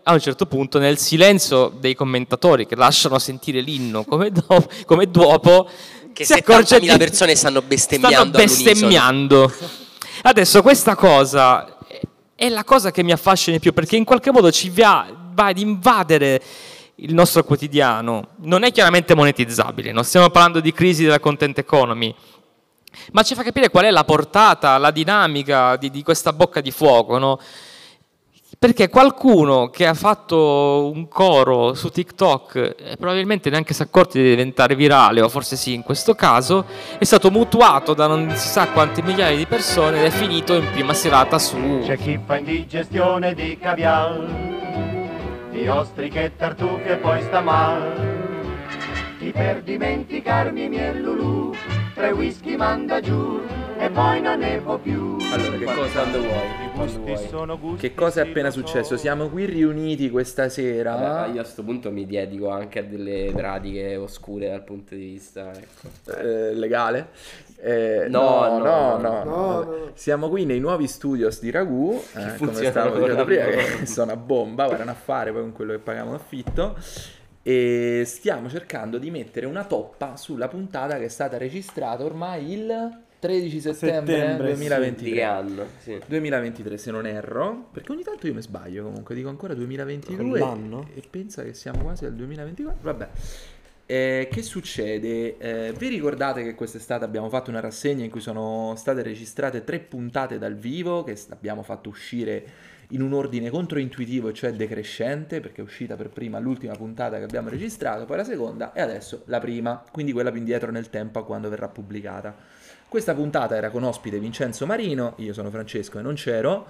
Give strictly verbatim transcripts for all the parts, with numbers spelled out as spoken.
a un certo punto nel silenzio dei commentatori che lasciano sentire l'inno come, do- come dopo, che si accorge settantamila persone stanno bestemmiando stanno bestemmiando. Adesso questa cosa è la cosa che mi affascina di più, perché in qualche modo ci va, va ad invadere il nostro quotidiano. Non è chiaramente monetizzabile, non stiamo parlando di crisi della content economy, ma ci fa capire qual è la portata, la dinamica di, di questa bocca di fuoco, no? Perché qualcuno che ha fatto un coro su TikTok e probabilmente neanche si è accorto di diventare virale, o forse sì in questo caso, è stato mutuato da non si sa quante migliaia di persone ed è finito in prima serata su... C'è chi fa indigestione di caviar, di ostriche e tartufe e poi sta mal. Chi per dimenticarmi i miei Lulù, tre whisky manda giù e poi non ne può più. Allora, che cosa, Quando vuoi, quando Gusti vuoi. sono gusti, che cosa è sì, appena lo so. successo? Siamo qui riuniti questa sera. Vabbè, io a sto punto mi dedico anche a delle pratiche oscure dal punto di vista, ecco. Eh, legale? Eh, No, no, no, no, no, no, no, no. no. Siamo qui nei nuovi studios di Ragù, eh, come funzionano stavamo dicendo con la prima, loro. che sono a bomba, guarda un affare poi con quello che paghiamo affitto. E stiamo cercando di mettere una toppa sulla puntata che è stata registrata ormai il tredici settembre, Settembre, sì. duemilaventitré. Di che anno? Sì. duemilaventitré se non erro, perché ogni tanto io mi sbaglio, comunque dico ancora duemilaventidue Con l'anno? e pensa che siamo quasi al duemilaventiquattro. Vabbè, Eh, che succede? Eh, vi ricordate che quest'estate abbiamo fatto una rassegna in cui sono state registrate tre puntate dal vivo che s- abbiamo fatto uscire in un ordine controintuitivo, cioè decrescente, perché è uscita per prima l'ultima puntata che abbiamo registrato, poi la seconda e adesso la prima, quindi quella più indietro nel tempo a quando verrà pubblicata. Questa puntata era con ospite Vincenzo Marino, io sono Francesco e non c'ero,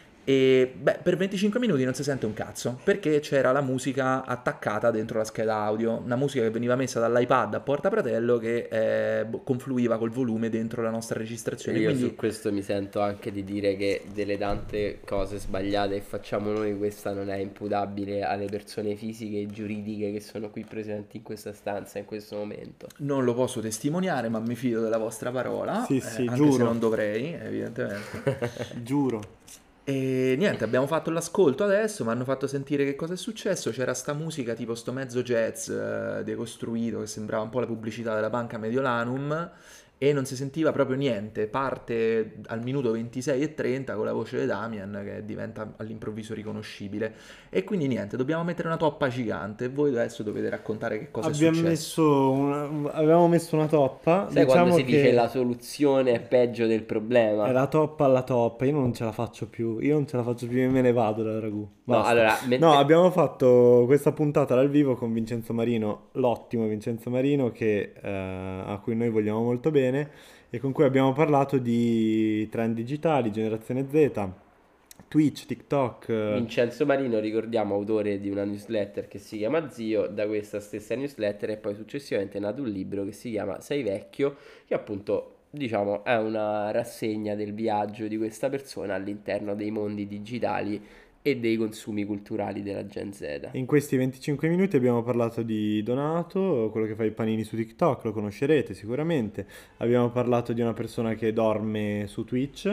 e beh, per venticinque minuti non si sente un cazzo, perché c'era la musica attaccata dentro la scheda audio, una musica che veniva messa dall'iPad a Porta Fratello che eh, boh, confluiva col volume dentro la nostra registrazione. Io Quindi su questo mi sento anche di dire che delle tante cose sbagliate che facciamo noi, questa non è imputabile alle persone fisiche e giuridiche che sono qui presenti in questa stanza in questo momento. non lo posso testimoniare, ma mi fido della vostra parola, Sì, eh, sì, anche giuro. se non dovrei, evidentemente. Giuro. E niente, abbiamo fatto l'ascolto adesso, mi hanno fatto sentire che cosa è successo. C'era sta musica tipo sto mezzo jazz eh, decostruito che sembrava un po' la pubblicità della Banca Mediolanum e non si sentiva proprio niente. Parte al minuto ventisei e trenta con la voce di Damian che diventa all'improvviso riconoscibile. E quindi niente, dobbiamo mettere una toppa gigante e voi adesso dovete raccontare che cosa Abbiamo è successo. messo una, avevamo messo una toppa. Sai diciamo quando si che dice la soluzione è peggio del problema? è la toppa alla toppa. Io non ce la faccio più. Io non ce la faccio più e me ne vado da Ragù. No, Basta. allora, mentre- No, abbiamo fatto questa puntata dal vivo con Vincenzo Marino, l'ottimo Vincenzo Marino, che, eh, a cui noi vogliamo molto bene e con cui abbiamo parlato di trend digitali, generazione Z, Twitch, TikTok. eh, Vincenzo Marino, ricordiamo, autore di una newsletter che si chiama Zio, da questa stessa newsletter è poi successivamente nato un libro che si chiama Sei vecchio, che appunto, diciamo, è una rassegna del viaggio di questa persona all'interno dei mondi digitali e dei consumi culturali della Gen Z. In questi venticinque minuti abbiamo parlato di Donato, quello che fa i panini su TikTok, lo conoscerete sicuramente. Abbiamo parlato di una persona che dorme su Twitch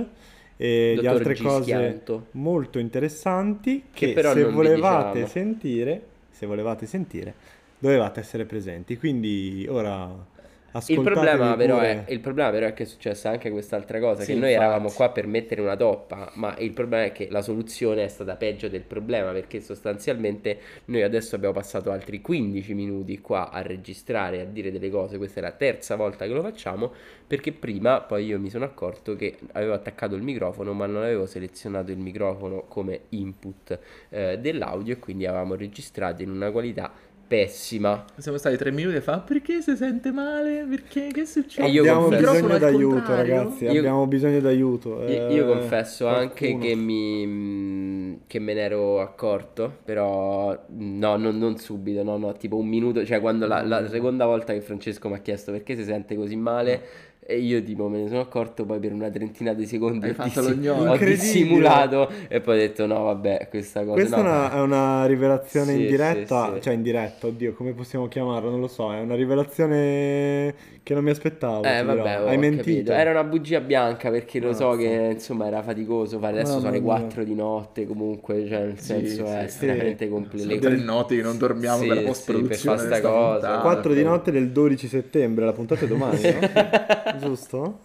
e di Dottor altre G. cose Schianto. molto interessanti Che che, però se non vi volevate diciamo. sentire, se volevate sentire, dovevate essere presenti. Quindi ora Il ascoltatevi problema, però pure. è, il problema però è che è successa anche quest'altra cosa, Sì, che noi infatti. eravamo qua per mettere una toppa, ma il problema è che la soluzione è stata peggio del problema, perché sostanzialmente noi adesso abbiamo passato altri quindici minuti qua a registrare, a dire delle cose, questa è la terza volta che lo facciamo, perché prima poi io mi sono accorto che avevo attaccato il microfono, ma non avevo selezionato il microfono come input eh, dell'audio e quindi avevamo registrato in una qualità pessima. Siamo stati tre minuti e fa perché si sente male? Perché? Che succede? E io Abbiamo confesso- bisogno Microfono al d'aiuto, contrario? ragazzi. Io- Abbiamo bisogno d'aiuto. Io, eh, io confesso anche qualcuno. che mi mh, che me ne ero accorto, però mh, no, non, non subito, no, no, tipo un minuto, cioè quando la, la seconda volta che Francesco mi ha chiesto perché si sente così male, E io tipo me ne sono accorto poi per una trentina di secondi Hai ho, fatto dissi- lo gnocchi. ho Incredibile. dissimulato e poi ho detto no vabbè questa cosa Questa no. è una, è una rivelazione Sì, in diretta, sì, sì. cioè in diretta, oddio, come possiamo chiamarla? Non lo so, è una rivelazione che non mi aspettavo, Eh ti vabbè, dirò. ho Hai capito. mentito. Era una bugia bianca perché lo so Mazza. che insomma era faticoso fare. Adesso sono Mamma le mia. quattro di notte comunque, cioè nel Sì, senso è sì, sì. estremamente Sono complicato. tre notti che non dormiamo Sì, per la sì, post-produzione per fare di sta sta cosa. puntata. quattro di proprio. notte del dodici settembre, la puntata è domani, no? Giusto?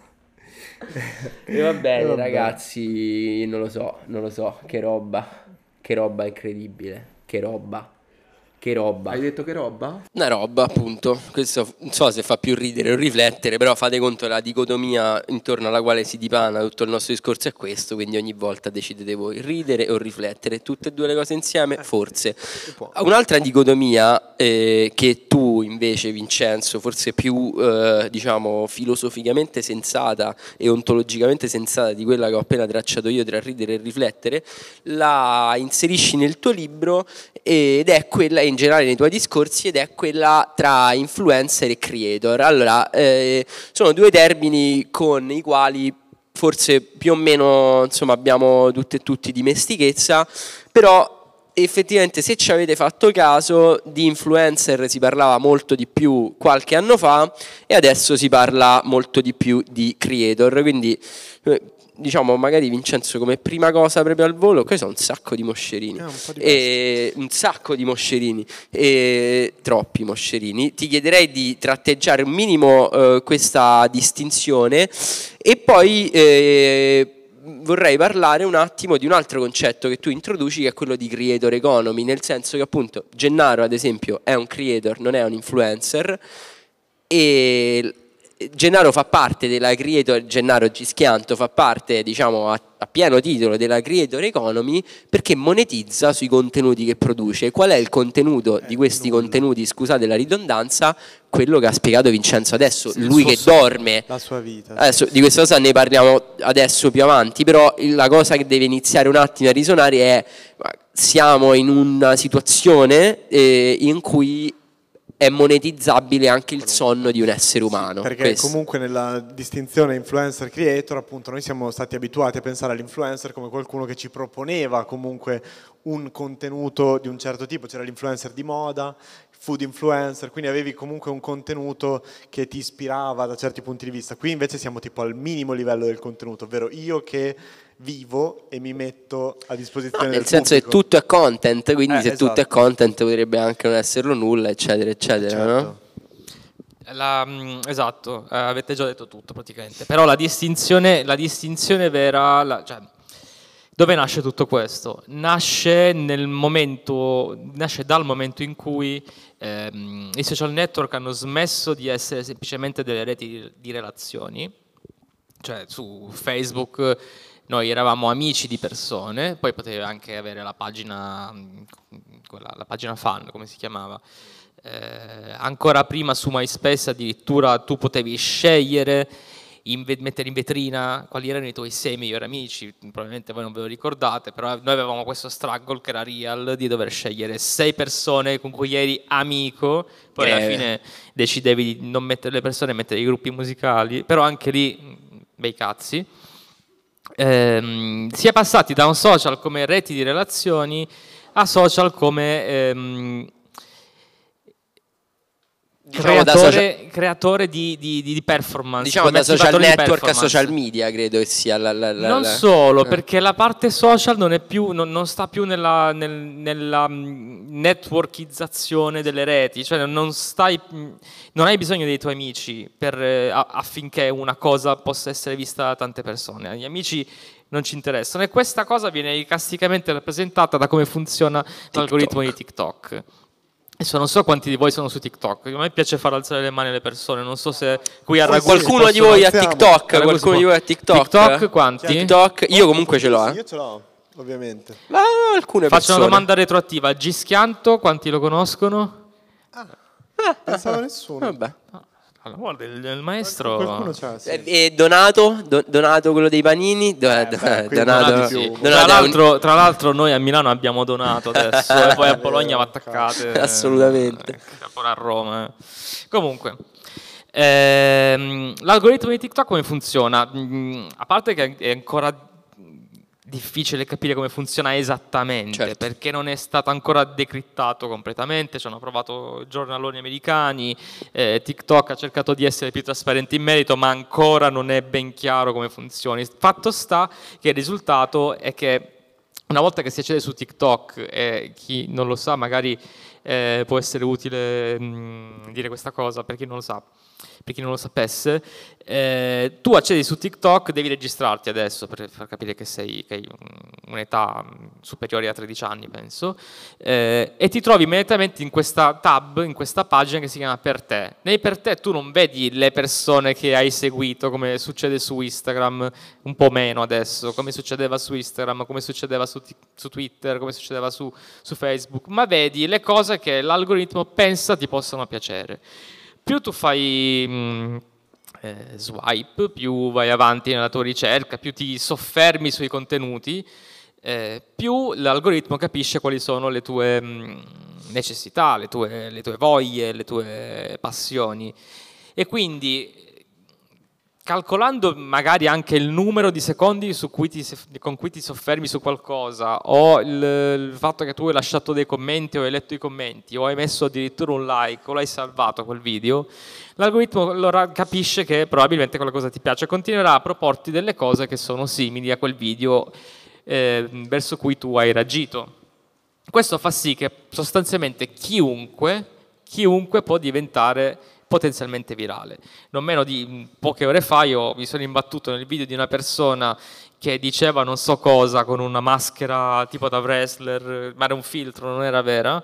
E va bene E vabbè. ragazzi, non lo so, non lo so, che roba, che roba incredibile, che roba, che roba. Hai detto che roba? Una roba, appunto. Questo non so se fa più ridere o riflettere, però fate conto la dicotomia intorno alla quale si dipana tutto il nostro discorso è questo, quindi ogni volta decidete voi ridere o riflettere, tutte e due le cose insieme, forse. Un'altra dicotomia eh, che tu invece, Vincenzo, forse più eh, diciamo filosoficamente sensata e ontologicamente sensata di quella che ho appena tracciato io tra ridere e riflettere, la inserisci nel tuo libro ed è quella in generale nei tuoi discorsi ed è quella tra influencer e creator. Allora, eh, sono due termini con i quali forse più o meno insomma abbiamo tutte e tutti dimestichezza, però effettivamente se ci avete fatto caso di influencer si parlava molto di più qualche anno fa e adesso si parla molto di più di creator, quindi eh, diciamo magari Vincenzo come prima cosa proprio al volo, qui sono un sacco di moscerini, Eh, un po' di e un sacco di moscerini, e troppi moscerini, ti chiederei di tratteggiare un minimo eh, questa distinzione e poi eh, vorrei parlare un attimo di un altro concetto che tu introduci che è quello di creator economy, nel senso che appunto Gennaro ad esempio è un creator, non è un influencer e Gennaro fa parte della creator, Gennaro Gischianto fa parte diciamo a, a pieno titolo della creator economy perché monetizza sui contenuti che produce. Qual è il contenuto Eh, di questi nulla. contenuti, scusate la ridondanza, quello che ha spiegato Vincenzo adesso, Sì, il lui suo che sogno, dorme. la sua vita. sì. Adesso di questa cosa ne parliamo adesso più avanti, però la cosa che deve iniziare un attimo a risuonare è siamo in una situazione eh, in cui è monetizzabile anche il sonno di un essere umano. Perché Questo. comunque nella distinzione influencer creator appunto noi siamo stati abituati a pensare all'influencer come qualcuno che ci proponeva comunque un contenuto di un certo tipo, c'era l'influencer di moda, food influencer, quindi avevi comunque un contenuto che ti ispirava da certi punti di vista. Qui invece siamo tipo al minimo livello del contenuto, ovvero io che vivo e mi metto a disposizione No, del nel senso che pubblico. tutto è content, quindi Eh, se esatto. tutto è content potrebbe anche non esserlo nulla, eccetera, eccetera, Certo. no? La- mm, esatto, eh, avete già detto tutto praticamente. Però la distinzione, la distinzione vera, la- cioè, dove nasce tutto questo? Nasce nel momento, nasce dal momento in cui ehm, i social network hanno smesso di essere semplicemente delle reti di, di relazioni. Cioè su Facebook noi eravamo amici di persone, poi potevi anche avere la pagina, mh, quella, la pagina fan, come si chiamava. Eh, ancora prima su MySpace addirittura tu potevi scegliere, in ve- mettere in vetrina quali erano i tuoi sei migliori amici, probabilmente voi non ve lo ricordate, però noi avevamo questo struggle che era real di dover scegliere sei persone con cui eri amico, poi alla Eh. fine decidevi di non mettere le persone e mettere i gruppi musicali, però anche lì mh, bei cazzi. Ehm, si è passati da un social come reti di relazioni a social come ehm, Diciamo da creatore, creatore di, di- di performance, Diciamo come da social attivatore di network a performance. social media, credo che sia la, la- la- Non la- solo, eh. perché la parte social non, è più, non, non sta più nella, nel- nella mm, networkizzazione delle reti, cioè non, stai, mm, non hai bisogno dei tuoi amici per, eh, a- affinché una cosa possa essere vista da tante persone. Gli amici non ci interessano e questa cosa viene icasticamente rappresentata da come funziona l'algoritmo di TikTok. Adesso non so quanti di voi sono su TikTok, a me piace far alzare le mani alle persone, non so se qui a Poi Ragusa sì, Qualcuno di possono voi ha alziamo. TikTok? Ragusa Qualcuno può- di voi ha TikTok? TikTok quanti? TikTok? Io comunque ce l'ho, eh. Io ce l'ho, ovviamente. Ma alcune Faccio persone. una domanda retroattiva. Gischianto, quanti lo conoscono? Pensavo nessuno. Vabbè. Allora, guarda, il, il maestro... Qualcuno c'ha, sì. E, e Donato? Do- Donato quello dei panini? Do- Eh, do- beh, qui Donato, Donato Sì. più. Donato Tra, è un- l'altro, tra l'altro noi a Milano abbiamo donato adesso e poi a Bologna va attaccate. Assolutamente. Eh, poi a Roma. eh. Comunque, Ehm, l'algoritmo di TikTok come funziona? Mm, a parte che è ancora difficile capire come funziona esattamente, Certo. perché non è stato ancora decriptato completamente, ci hanno provato giornaloni americani, eh, TikTok ha cercato di essere più trasparente in merito, ma ancora non è ben chiaro come funzioni. Fatto sta che il risultato è che una volta che si accede su TikTok, e chi non lo sa magari eh, può essere utile mh, dire questa cosa per chi non lo sa, per chi non lo sapesse, eh, tu accedi su TikTok, devi registrarti adesso per far capire che sei che hai un'età superiore a tredici anni, penso, eh, e ti trovi immediatamente in questa tab, in questa pagina che si chiama Per te. Nei Per te tu non vedi le persone che hai seguito, come succede su Instagram, un po' meno adesso, come succedeva su Instagram, come succedeva su, su Twitter, come succedeva su, su Facebook, ma vedi le cose che l'algoritmo pensa ti possano piacere. Più tu fai mh, eh, swipe, più vai avanti nella tua ricerca, più ti soffermi sui contenuti, eh, più l'algoritmo capisce quali sono le tue mh, necessità, le tue, le tue voglie, le tue passioni. E quindi, calcolando magari anche il numero di secondi su cui ti, con cui ti soffermi su qualcosa, o il, il fatto che tu hai lasciato dei commenti o hai letto i commenti o hai messo addirittura un like o l'hai salvato quel video, l'algoritmo allora capisce che probabilmente quella cosa ti piace e continuerà a proporti delle cose che sono simili a quel video eh, verso cui tu hai reagito. Questo fa sì che sostanzialmente chiunque, chiunque può diventare potenzialmente virale. Non meno di poche ore fa io mi sono imbattuto nel video di una persona che diceva non so cosa con una maschera tipo da wrestler, ma era un filtro, non era vera,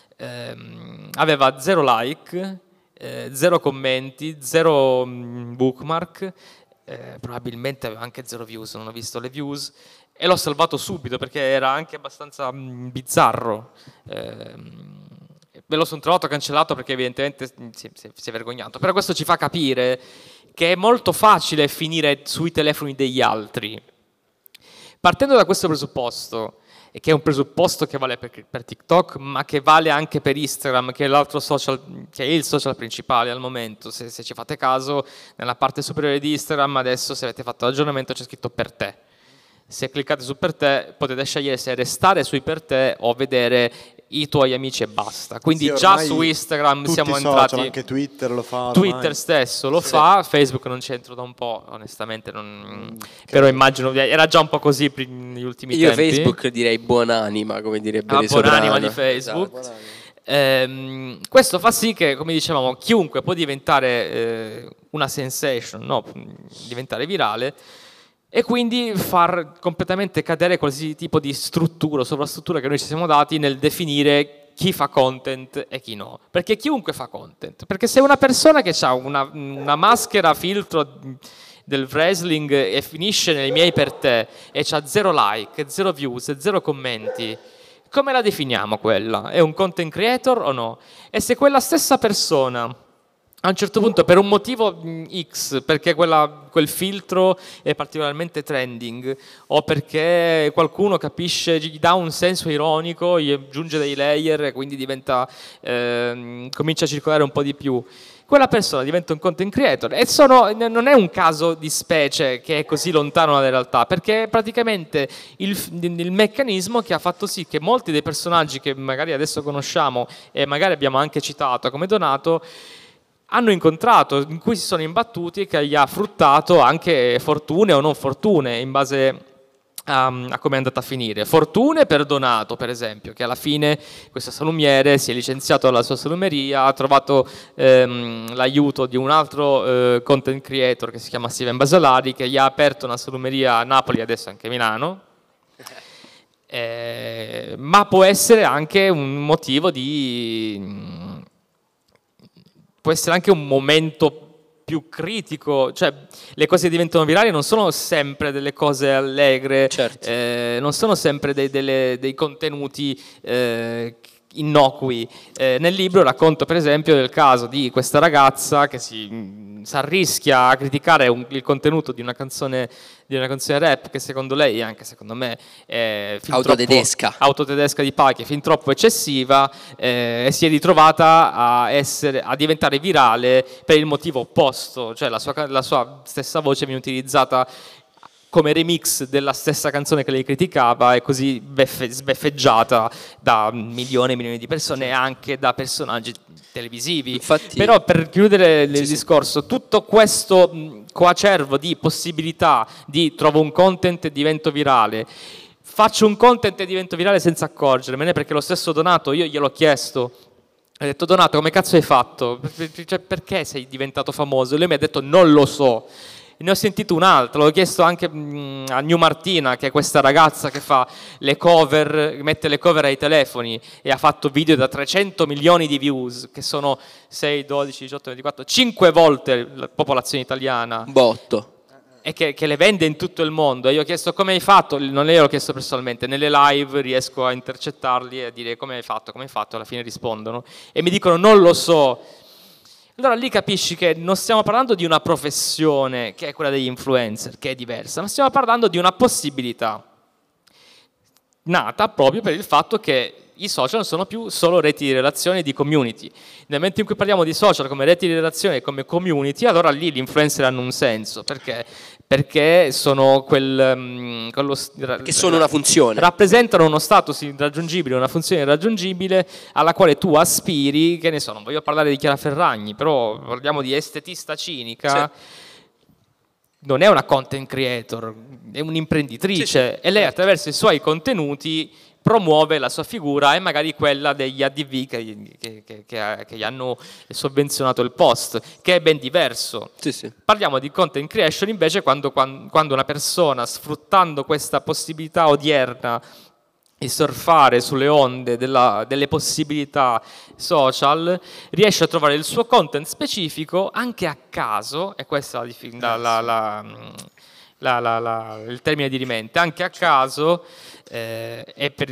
ehm, aveva zero like, eh, zero commenti, zero mh, bookmark, eh, probabilmente aveva anche zero views, non ho visto le views, e l'ho salvato subito perché era anche abbastanza mh, bizzarro. ehm, Me lo sono trovato cancellato perché evidentemente si, si, si è vergognato. Però questo ci fa capire che è molto facile finire sui telefoni degli altri. Partendo da questo presupposto, e che è un presupposto che vale per, per TikTok, ma che vale anche per Instagram, che è l'altro social, che è il social principale al momento. Se, se ci fate caso, nella parte superiore di Instagram, adesso se avete fatto l'aggiornamento c'è scritto Per te. Se cliccate su Per te potete scegliere se restare sui Per te o vedere i tuoi amici e basta. Quindi Sì, già ormai su Instagram tutti siamo i social, entrati, anche Twitter lo fa ormai. Twitter stesso lo Sì. fa, Facebook non c'entro da un po', onestamente non... però immagino era già un po' così negli ultimi Io tempi. Facebook direi buonanima, come direbbe Ah, De Soprano. buonanima di Facebook. Esatto. Ehm, questo fa sì che, come dicevamo, chiunque può diventare eh, una sensation, no? Diventare virale, e quindi far completamente cadere qualsiasi tipo di struttura o sovrastruttura che noi ci siamo dati nel definire chi fa content e chi no. Perché chiunque fa content. Perché se una persona che ha una, una maschera filtro del wrestling e finisce nei miei Per te e ha zero like, zero views, zero commenti, come la definiamo quella? È un content creator o no? E se quella stessa persona a un certo punto, per un motivo X, perché quella, quel filtro è particolarmente trending, o perché qualcuno capisce, gli dà un senso ironico, gli aggiunge dei layer e quindi diventa, eh, comincia a circolare un po' di più, quella persona diventa un content creator. E sono, non è un caso di specie che è così lontano dalla realtà, perché è praticamente il, il meccanismo che ha fatto sì che molti dei personaggi che magari adesso conosciamo e magari abbiamo anche citato come Donato, hanno incontrato, in cui si sono imbattuti e che gli ha fruttato anche fortune o non fortune in base a, a come è andata a finire. Fortune per Donato, per esempio, che alla fine questo salumiere si è licenziato dalla sua salumeria, ha trovato ehm, l'aiuto di un altro eh, content creator che si chiama Steven Basalari, che gli ha aperto una salumeria a Napoli e adesso anche a Milano. Eh, ma può essere anche un motivo di... può essere anche un momento più critico, cioè le cose che diventano virali non sono sempre delle cose allegre, Certo. eh, non sono sempre dei, delle, dei contenuti eh, innocui. Eh, nel libro racconto per esempio del caso di questa ragazza che si, si arrischia a criticare un, il contenuto di una canzone di una canzone rap che secondo lei, anche secondo me, è fin autotedesca troppo, autotedesca di Paki, fin troppo eccessiva, eh, e si è ritrovata a, essere, a diventare virale per il motivo opposto, cioè la sua, la sua stessa voce viene utilizzata come remix della stessa canzone che lei criticava e così beffe, sbeffeggiata da milioni e milioni di persone e anche da personaggi televisivi. Infatti, però per chiudere il sì, discorso, tutto questo coacervo di possibilità di trovo un content e divento virale, faccio un content e divento virale senza accorgermene, perché lo stesso Donato, io gliel'ho chiesto, ho detto Donato come cazzo hai fatto? Cioè, perché sei diventato famoso? E lui mi ha detto non lo so. Ne ho sentito un altro, l'ho chiesto anche mh, a New Martina, che è questa ragazza che fa le cover, mette le cover ai telefoni e ha fatto video da trecento milioni di views, che sono sei, dodici, diciotto, ventiquattro, cinque volte la popolazione italiana. Botto. E che, che le vende in tutto il mondo. E io ho chiesto come hai fatto, non le ho chiesto personalmente, nelle live riesco a intercettarli e a dire come hai fatto, come hai fatto, alla fine rispondono. E mi dicono non lo so. Allora lì capisci che non stiamo parlando di una professione che è quella degli influencer, che è diversa, ma stiamo parlando di una possibilità nata proprio per il fatto che i social non sono più solo reti di relazione e di community. Nel momento in cui parliamo di social come reti di relazione e come community, allora lì gli influencer hanno un senso, perché perché sono quel um, quello, che sono una funzione, rappresentano uno status irraggiungibile, una funzione irraggiungibile alla quale tu aspiri. Che ne so, non voglio parlare di Chiara Ferragni, però parliamo di estetista cinica. Sì. Non è una content creator, è un'imprenditrice, sì, sì, e lei attraverso i suoi contenuti promuove la sua figura e magari quella degli A D V che, che, che, che, che gli hanno sovvenzionato il post, che è ben diverso. Sì, sì. Parliamo di content creation invece quando, quando una persona, sfruttando questa possibilità odierna di surfare sulle onde della, delle possibilità social, riesce a trovare il suo content specifico anche a caso, e questa è la, la, la, la, la, la, il termine di rimente, anche a caso. Eh, e per,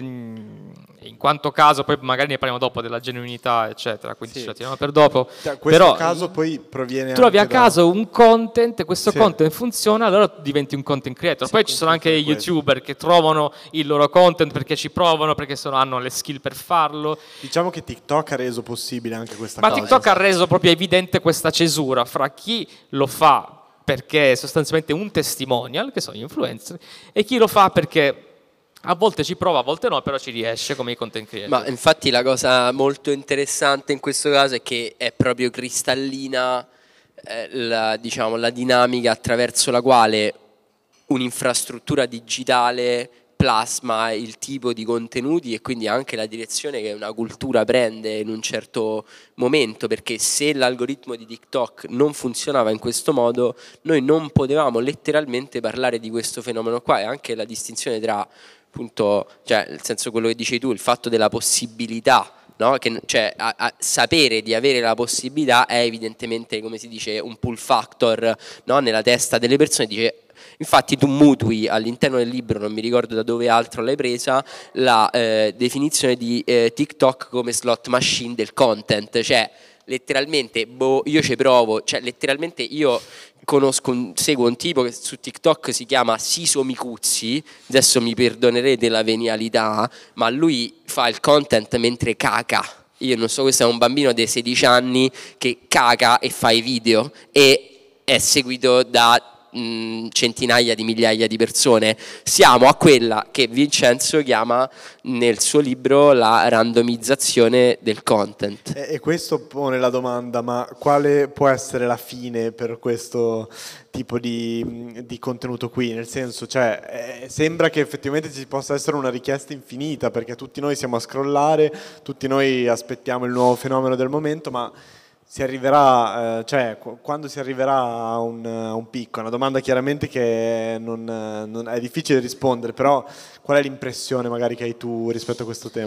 in quanto caso, poi magari ne parliamo dopo della genuinità eccetera, quindi sì, ce la teniamo per dopo. Da questo però caso poi proviene trovi anche a caso da... un content, questo sì, content funziona, allora diventi un content creator. Sì, poi ci sono anche gli youtuber che trovano il loro content perché ci provano, perché sono, hanno le skill per farlo. Diciamo che TikTok ha reso possibile anche questa ma cosa. Ma TikTok ha reso proprio evidente questa cesura fra chi lo fa perché è sostanzialmente un testimonial, che sono gli influencer, e chi lo fa perché a volte ci prova, a volte no, però ci riesce come i content creator. Ma infatti la cosa molto interessante in questo caso è che è proprio cristallina eh, la, diciamo, la dinamica attraverso la quale un'infrastruttura digitale plasma il tipo di contenuti e quindi anche la direzione che una cultura prende in un certo momento, perché se l'algoritmo di TikTok non funzionava in questo modo, noi non potevamo letteralmente parlare di questo fenomeno qua. E anche la distinzione tra appunto, cioè nel senso quello che dici tu, il fatto della possibilità, no? Che, cioè a, a sapere di avere la possibilità è evidentemente, come si dice, un pull factor, no? Nella testa delle persone. Dice, infatti tu mutui all'interno del libro, non mi ricordo da dove altro l'hai presa, la eh, definizione di eh, TikTok come slot machine del content, cioè letteralmente, boh, io ci provo, cioè letteralmente io conosco, un, seguo un tipo che su TikTok si chiama Siso Micuzzi, adesso mi perdonerete la venialità, ma lui fa il content mentre caca. Io non so, questo è un bambino dei sedici anni che caca e fa i video e è seguito da centinaia di migliaia di persone. Siamo a quella che Vincenzo chiama nel suo libro la randomizzazione del content. E, e questo pone la domanda, ma quale può essere la fine per questo tipo di, di contenuto qui? Nel senso, cioè, eh, sembra che effettivamente ci possa essere una richiesta infinita, perché tutti noi siamo a scrollare, tutti noi aspettiamo il nuovo fenomeno del momento, ma si arriverà, eh, cioè quando si arriverà a un, a un picco? È una domanda chiaramente che non, non è difficile rispondere, però qual è l'impressione magari che hai tu rispetto a questo tema?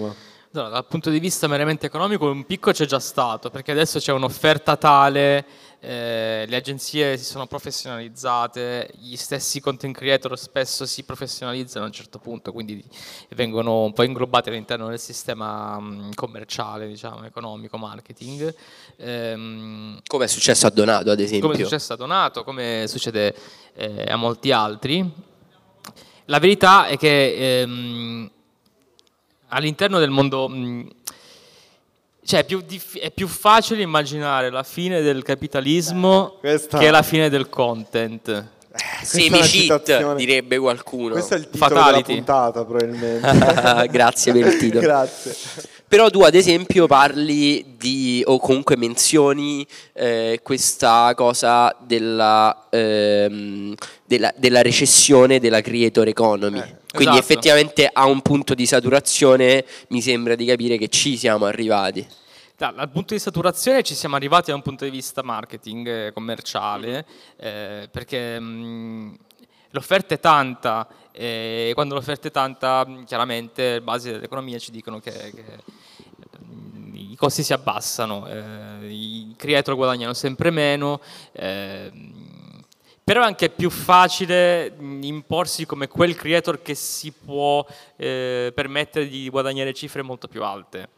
Allora, dal punto di vista meramente economico un picco c'è già stato, perché adesso c'è un'offerta tale, eh, le agenzie si sono professionalizzate, gli stessi content creator spesso si professionalizzano a un certo punto, quindi vengono un po' inglobati all'interno del sistema mh, commerciale, diciamo, economico, marketing. Ehm, Come è successo a Donato, ad esempio. come è successo a Donato, come succede eh, a molti altri. La verità è che ehm, all'interno del mondo, mh, cioè è più, dif- è più facile immaginare la fine del capitalismo Eh, questa- che la fine del content. Questa è una Semi-cheat, citazione- direbbe qualcuno. Questo è il titolo Fatality. della puntata, probabilmente. Grazie per il titolo. Grazie. Però tu ad esempio parli di, o comunque menzioni eh, questa cosa della, ehm, della, della recessione della creator economy. Eh, Quindi esatto. effettivamente a un punto di saturazione mi sembra di capire che ci siamo arrivati. Da- dal punto di saturazione ci siamo arrivati da un punto di vista marketing, eh, commerciale, eh, perché mh, l'offerta è tanta e quando l'offerta è tanta mh, chiaramente le basi dell'economia ci dicono che, che mh, i costi si abbassano, eh, i creator guadagnano sempre meno, eh, però è anche più facile mh, imporsi come quel creator che si può eh, permettere di guadagnare cifre molto più alte.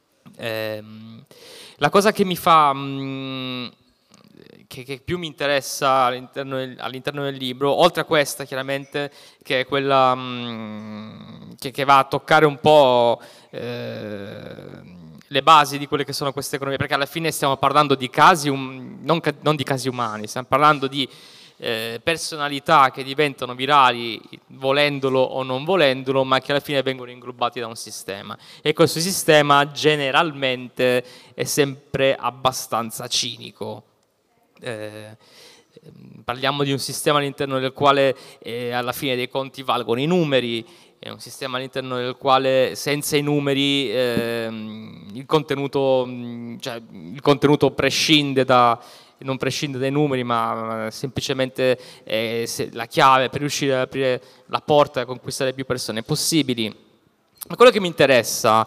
Ehm, la cosa che mi fa mh, che, che più mi interessa all'interno del, all'interno del libro, oltre a questa chiaramente, che è quella mh, che, che va a toccare un po' eh, le basi di quelle che sono queste economie, perché alla fine stiamo parlando di casi um, non, ca- non di casi umani, stiamo parlando di Eh, personalità che diventano virali volendolo o non volendolo, ma che alla fine vengono inglobati da un sistema, e questo sistema generalmente è sempre abbastanza cinico. Eh, parliamo di un sistema all'interno del quale eh, alla fine dei conti valgono i numeri, è un sistema all'interno del quale senza i numeri ehm, il contenuto, mh, cioè, il contenuto prescinde da non prescinde dai numeri, ma semplicemente è la chiave per riuscire ad aprire la porta e conquistare più persone possibili. Ma quello che mi interessa,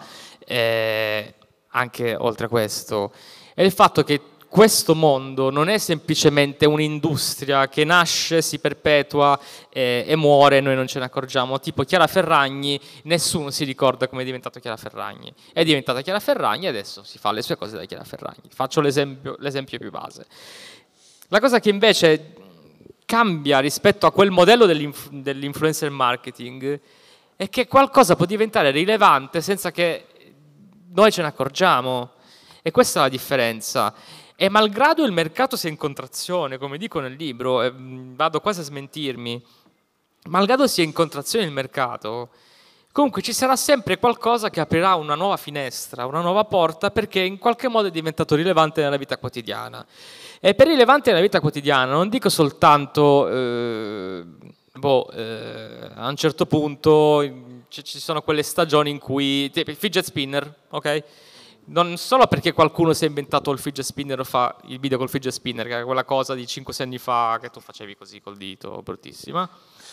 eh, anche oltre a questo, è il fatto che questo mondo non è semplicemente un'industria che nasce, si perpetua eh, e muore e noi non ce ne accorgiamo. Tipo Chiara Ferragni, nessuno si ricorda come è diventato Chiara Ferragni. È diventata Chiara Ferragni e adesso si fa le sue cose da Chiara Ferragni. Faccio l'esempio, l'esempio più base. La cosa che invece cambia rispetto a quel modello dell'inf- dell'influencer marketing è che qualcosa può diventare rilevante senza che noi ce ne accorgiamo. E questa è la differenza. E malgrado il mercato sia in contrazione, come dico nel libro, e vado quasi a smentirmi, malgrado sia in contrazione il mercato, comunque ci sarà sempre qualcosa che aprirà una nuova finestra, una nuova porta, perché in qualche modo è diventato rilevante nella vita quotidiana. E per rilevante nella vita quotidiana non dico soltanto, eh, boh, eh, a un certo punto ci, ci sono quelle stagioni in cui, tipo il fidget spinner, ok? Non solo perché qualcuno si è inventato il fidget spinner o fa il video col fidget spinner, che era quella cosa di cinque sei anni fa che tu facevi così col dito, bruttissima,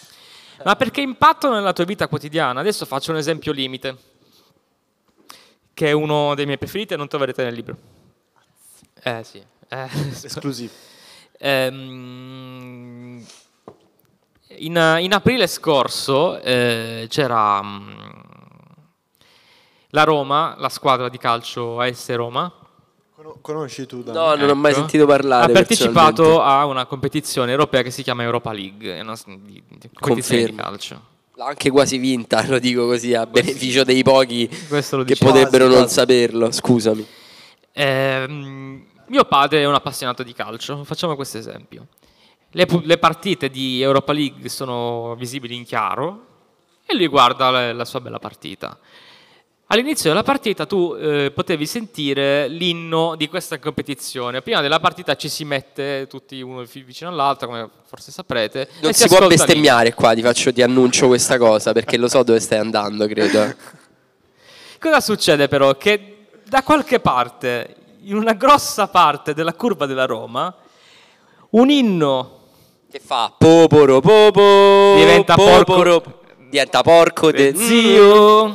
ma perché impattano nella tua vita quotidiana. Adesso faccio un esempio limite, che è uno dei miei preferiti e non troverete nel libro. Eh sì. Eh, Esclusivo. ehm, in, in aprile scorso eh, c'era... mh, la Roma, la squadra di calcio A S Roma, Cono- Conosci tu, Dani? No, non ho mai ecco, sentito parlare. ha partecipato personalmente. a una competizione europea che si chiama Europa League, è una s- di, di competizione di Confermo. calcio. L'ha anche quasi vinta, lo dico così a beneficio dei pochi Questo lo che dicevo. potrebbero Quasi, non quasi. saperlo. Scusami. Ehm, mio padre è un appassionato di calcio, facciamo questo esempio. Le, pu- le partite di Europa League sono visibili in chiaro e lui guarda la, la sua bella partita. All'inizio della partita tu eh, potevi sentire l'inno di questa competizione. Prima della partita ci si mette tutti uno fi- vicino all'altro, come forse saprete. Non e si, può ascolta bestemmiare qua, ti faccio, ti annuncio questa cosa perché lo so dove stai andando, credo. l'inno. Cosa succede però? Che da qualche parte, in una grossa parte della curva della Roma, un inno Che fa? Poporo, popo, Diventa poporo, diventa porco, de- de zio,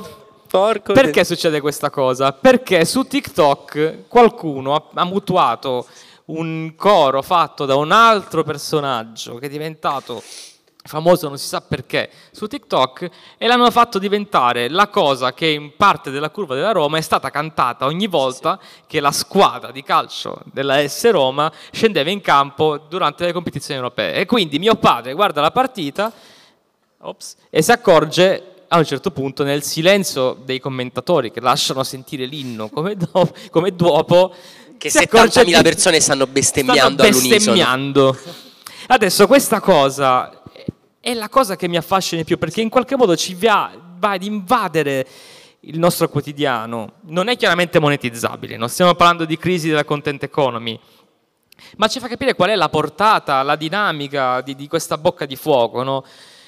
porco. Perché succede questa cosa? Perché su TikTok qualcuno ha, ha mutuato un coro fatto da un altro personaggio che è diventato famoso non si sa perché su TikTok e l'hanno fatto diventare la cosa che in parte della curva della Roma è stata cantata ogni volta che la squadra di calcio della S Roma scendeva in campo durante le competizioni europee. E quindi mio padre guarda la partita ops, e si accorge a un certo punto nel silenzio dei commentatori che lasciano sentire l'inno come, do- come dopo Che si accorge settantamila di- persone stanno bestemmiando stanno all'unisono. bestemmiando. Adesso questa cosa è la cosa che mi affascina di più perché in qualche modo ci va, va ad invadere il nostro quotidiano. Non è chiaramente monetizzabile, non stiamo parlando di crisi della content economy, ma ci fa capire qual è la portata, la dinamica di, di questa bocca di fuoco, no?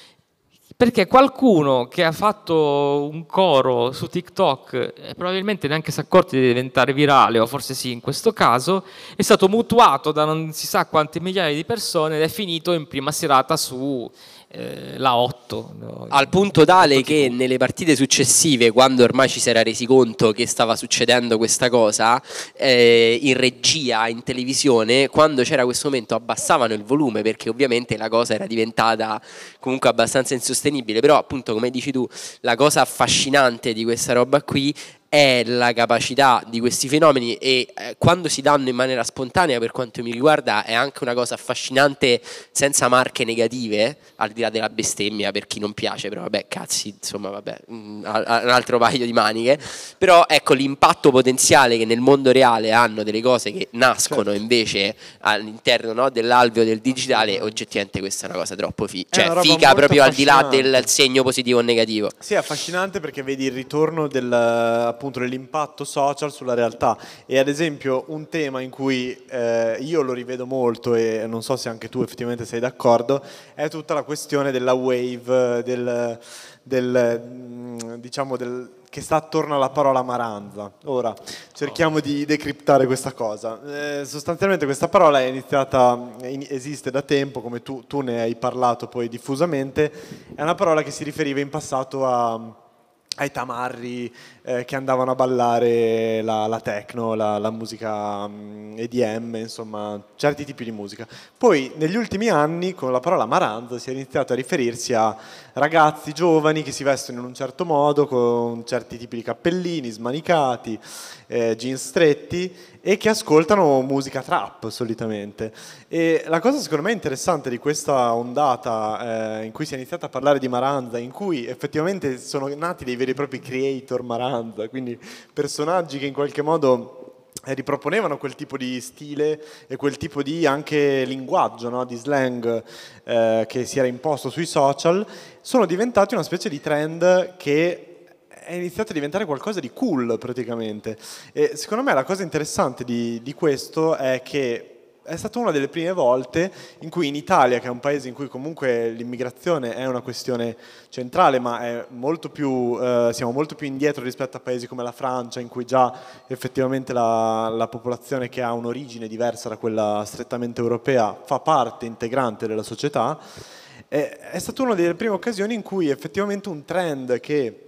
Perché qualcuno che ha fatto un coro su TikTok e probabilmente neanche si è accorto di diventare virale, o forse sì in questo caso, è stato mutuato da non si sa quante migliaia di persone ed è finito in prima serata su eh, la otto. No? Al punto tale che nelle partite successive, quando ormai ci si era resi conto che stava succedendo questa cosa, eh, in regia, in televisione, quando c'era questo momento abbassavano il volume perché ovviamente la cosa era diventata comunque abbastanza insostenibile. Però appunto, come dici tu, la cosa affascinante di questa roba qui è la capacità di questi fenomeni e eh, quando si danno in maniera spontanea, per quanto mi riguarda, è anche una cosa affascinante senza marche negative, al di là della bestemmia per chi non piace, però vabbè, cazzi, insomma, vabbè, un altro paio di maniche. Però ecco, l'impatto potenziale che nel mondo reale hanno delle cose che nascono certo. invece all'interno, no, dell'alveo del digitale, oggettivamente questa è una cosa troppo fi- cioè figa proprio al di là del segno positivo o negativo. Sì, è affascinante perché vedi il ritorno del, appunto dell'impatto social sulla realtà. E ad esempio un tema in cui eh, io lo rivedo molto e non so se anche tu effettivamente sei d'accordo è tutta la questione della wave del, del diciamo del che sta attorno alla parola maranza. Ora cerchiamo di decriptare questa cosa. Eh, sostanzialmente questa parola è iniziata, esiste da tempo, come tu, tu ne hai parlato poi diffusamente. È una parola che si riferiva in passato a ai tamarri eh, che andavano a ballare la, la techno, la, la musica um, E D M, insomma, certi tipi di musica. Poi negli ultimi anni con la parola maranza si è iniziato a riferirsi a ragazzi giovani che si vestono in un certo modo, con certi tipi di cappellini smanicati, eh, jeans stretti e che ascoltano musica trap solitamente. E la cosa secondo me interessante di questa ondata eh, in cui si è iniziato a parlare di maranza, in cui effettivamente sono nati dei veri e propri creator maranza, quindi personaggi che in qualche modo eh, riproponevano quel tipo di stile e quel tipo di anche linguaggio, no? Di slang eh, che si era imposto sui social, sono diventati una specie di trend che è iniziato a diventare qualcosa di cool praticamente. E secondo me la cosa interessante di, di questo è che è stata una delle prime volte in cui in Italia, che è un paese in cui comunque l'immigrazione è una questione centrale, ma è molto più, eh, siamo molto più indietro rispetto a paesi come la Francia, in cui già effettivamente la, la popolazione che ha un'origine diversa da quella strettamente europea fa parte integrante della società. È, è stata una delle prime occasioni in cui effettivamente un trend che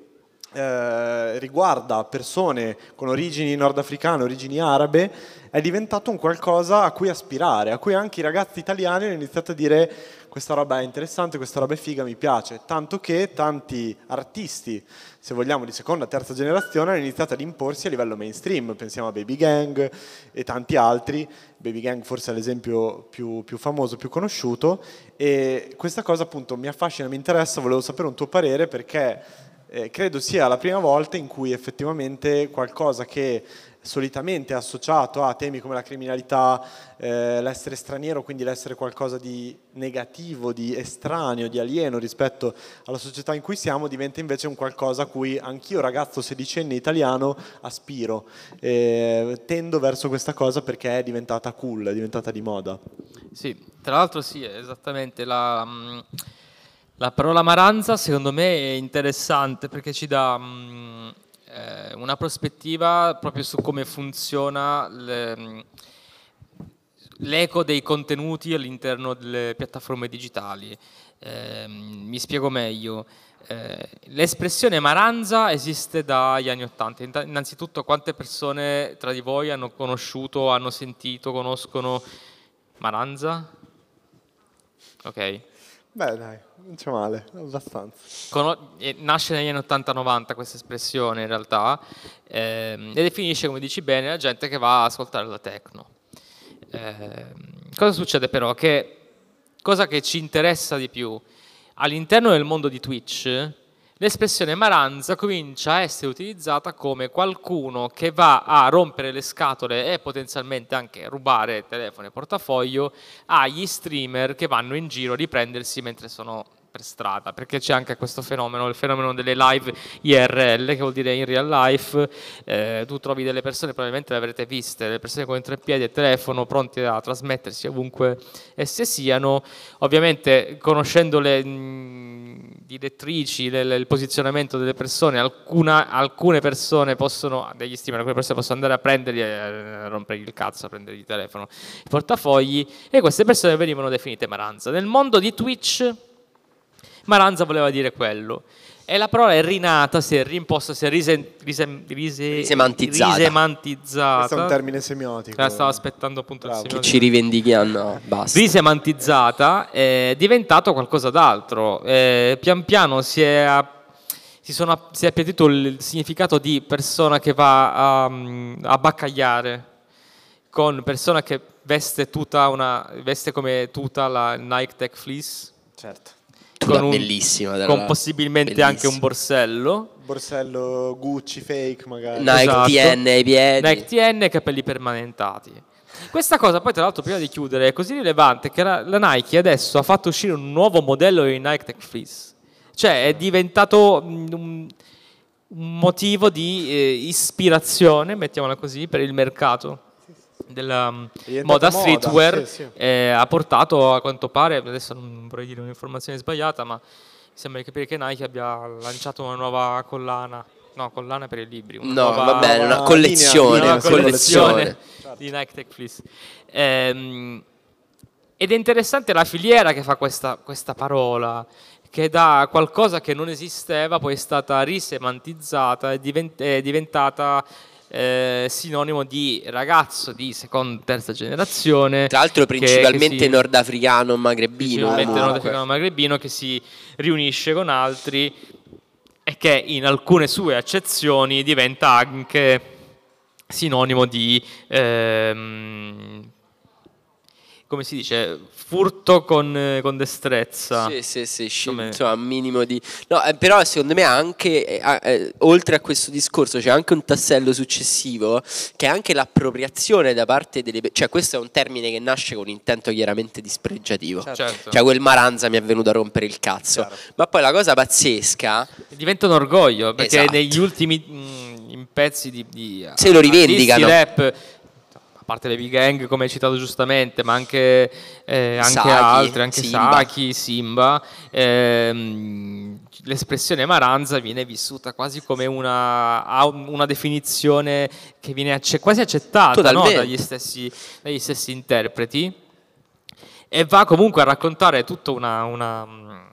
Eh, riguarda persone con origini nordafricane, origini arabe, è diventato un qualcosa a cui aspirare, a cui anche i ragazzi italiani hanno iniziato a dire questa roba è interessante, questa roba è figa, mi piace, tanto che tanti artisti, se vogliamo di seconda, terza generazione, hanno iniziato ad imporsi a livello mainstream. Pensiamo a Baby Gang e tanti altri. Baby Gang forse è l'esempio più, più famoso, più conosciuto, e questa cosa appunto mi affascina, mi interessa, volevo sapere un tuo parere perché Eh, credo sia la prima volta in cui effettivamente qualcosa che solitamente è associato a temi come la criminalità, eh, l'essere straniero, quindi l'essere qualcosa di negativo, di estraneo, di alieno rispetto alla società in cui siamo, diventa invece un qualcosa a cui anch'io, ragazzo sedicenne italiano, aspiro. Eh, tendo verso questa cosa perché è diventata cool, è diventata di moda. Sì, tra l'altro sì, è esattamente la... Um... La parola maranza secondo me è interessante perché ci dà mh, eh, una prospettiva proprio su come funziona le, mh, l'eco dei contenuti all'interno delle piattaforme digitali. Eh, mi spiego meglio. Eh, l'espressione Maranza esiste dagli anni Ottanta. Innanzitutto, quante persone tra di voi hanno conosciuto, hanno sentito, conoscono Maranza? Ok. Beh, dai, non c'è male, abbastanza. Cono- eh, nasce negli anni ottanta novanta questa espressione in realtà, ehm, e definisce, come dici bene, la gente che va a ascoltare la techno. Ehm, cosa succede però? Che cosa che ci interessa di più? All'interno del mondo di Twitch, l'espressione Maranza comincia a essere utilizzata come qualcuno che va a rompere le scatole e potenzialmente anche rubare telefono e portafoglio agli streamer che vanno in giro a riprendersi mentre sono per strada, perché c'è anche questo fenomeno, il fenomeno delle live I R L, che vuol dire in real life. Eh, tu trovi delle persone, probabilmente le avrete viste, delle persone con i tre piedi e telefono pronti a trasmettersi ovunque esse siano. Ovviamente, conoscendo le mh, direttrici, le, le, il posizionamento delle persone, alcuna, alcune persone possono, degli streamer, alcune persone possono andare a prenderli e a rompergli il cazzo, a prendergli il telefono, i portafogli, e queste persone venivano definite Maranza. Nel mondo di Twitch Maranza voleva dire quello, e la parola è rinata, si è rimposta, si è rise, rise, rise, risemantizzata. risemantizzata. Questo è un termine semiotico. La stavo aspettando appunto il Bravo. Che semiotico. ci rivendichiamo, no, basta. Risemantizzata, è diventato qualcosa d'altro. Eh, pian piano si è, si sono, si è appiattito il significato di persona che va a, a baccagliare, con persona che veste tuta una veste come tuta la Nike Tech Fleece. Certo. Tuta con un- bellissima, tra con l'altro. possibilmente Bellissima. anche un borsello, Borsello Gucci fake magari. Nike Esatto. T N ai piedi. Nike T N e capelli permanentati. Questa cosa poi, tra l'altro, prima di chiudere, è così rilevante che la, la Nike adesso ha fatto uscire un nuovo modello di Nike Tech Fleece. Cioè è diventato mm, un, un motivo di eh, ispirazione, mettiamola così, per il mercato della mm, diventata moda moda, streetwear. sì, sì. Eh, ha portato, a quanto pare, adesso non vorrei dire un'informazione sbagliata, ma mi sembra di capire che Nike abbia lanciato una nuova collana. No, collana per i libri. Una No, nuova, va bene, una nuova collezione. linea, una una collezione collezione. di Nike Tech Fleece. Ehm, ed è interessante la filiera che fa questa, questa parola, che da qualcosa che non esisteva poi è stata risemantizzata e divent- è diventata eh, sinonimo di ragazzo di seconda, terza generazione. Tra l'altro che- principalmente che si- nordafricano, magrebino. principalmente comunque. nordafricano magrebino, che si riunisce con altri e che in alcune sue accezioni diventa anche sinonimo di ehm, come si dice, furto con, con destrezza. Sì, sì, sì, sci- Come- insomma, un minimo di... No, eh, però secondo me anche, eh, eh, oltre a questo discorso, c'è anche un tassello successivo, che è anche l'appropriazione da parte delle... Cioè, questo è un termine che nasce con un intento chiaramente dispregiativo. Certo. Cioè, quel Maranza mi è venuto a rompere il cazzo. Ma poi la cosa pazzesca... Diventa un orgoglio, perché Esatto. negli ultimi mh, in pezzi di, di Se lo rivendicano. artisti rap, a parte le big gang come hai citato giustamente, ma anche, eh, anche Saki, altri, anche Simba. Saki, Simba, ehm, l'espressione Maranza viene vissuta quasi come una, ha una definizione che viene acce- quasi accettata, no, Totalmente. dagli stessi, dagli stessi interpreti, e va comunque a raccontare tutta una, una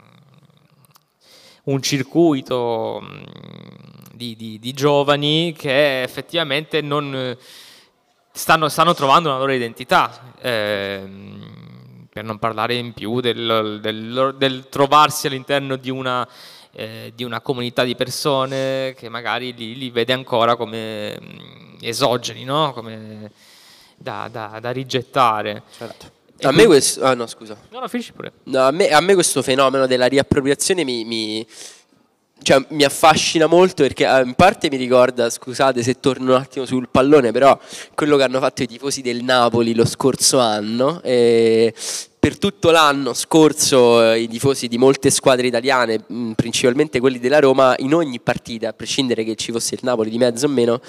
un circuito mh, di, di- di giovani che effettivamente non eh, stanno, stanno trovando una loro identità, ehm, per non parlare in più del, del- del trovarsi all'interno di una, eh, di una comunità di persone che magari li, li vede ancora come mh, esogeni, no? Come da, da- da rigettare. Certo. A me questo... Ah no, scusa. No, no, finisci pure. No, a, me, a me questo fenomeno della riappropriazione mi, mi- cioè, mi affascina molto, perché eh, in parte mi ricorda, scusate se torno un attimo sul pallone, però quello che hanno fatto i tifosi del Napoli lo scorso anno. E per tutto l'anno scorso eh, i tifosi di molte squadre italiane, mh, principalmente quelli della Roma, in ogni partita, a prescindere che ci fosse il Napoli di mezzo o meno,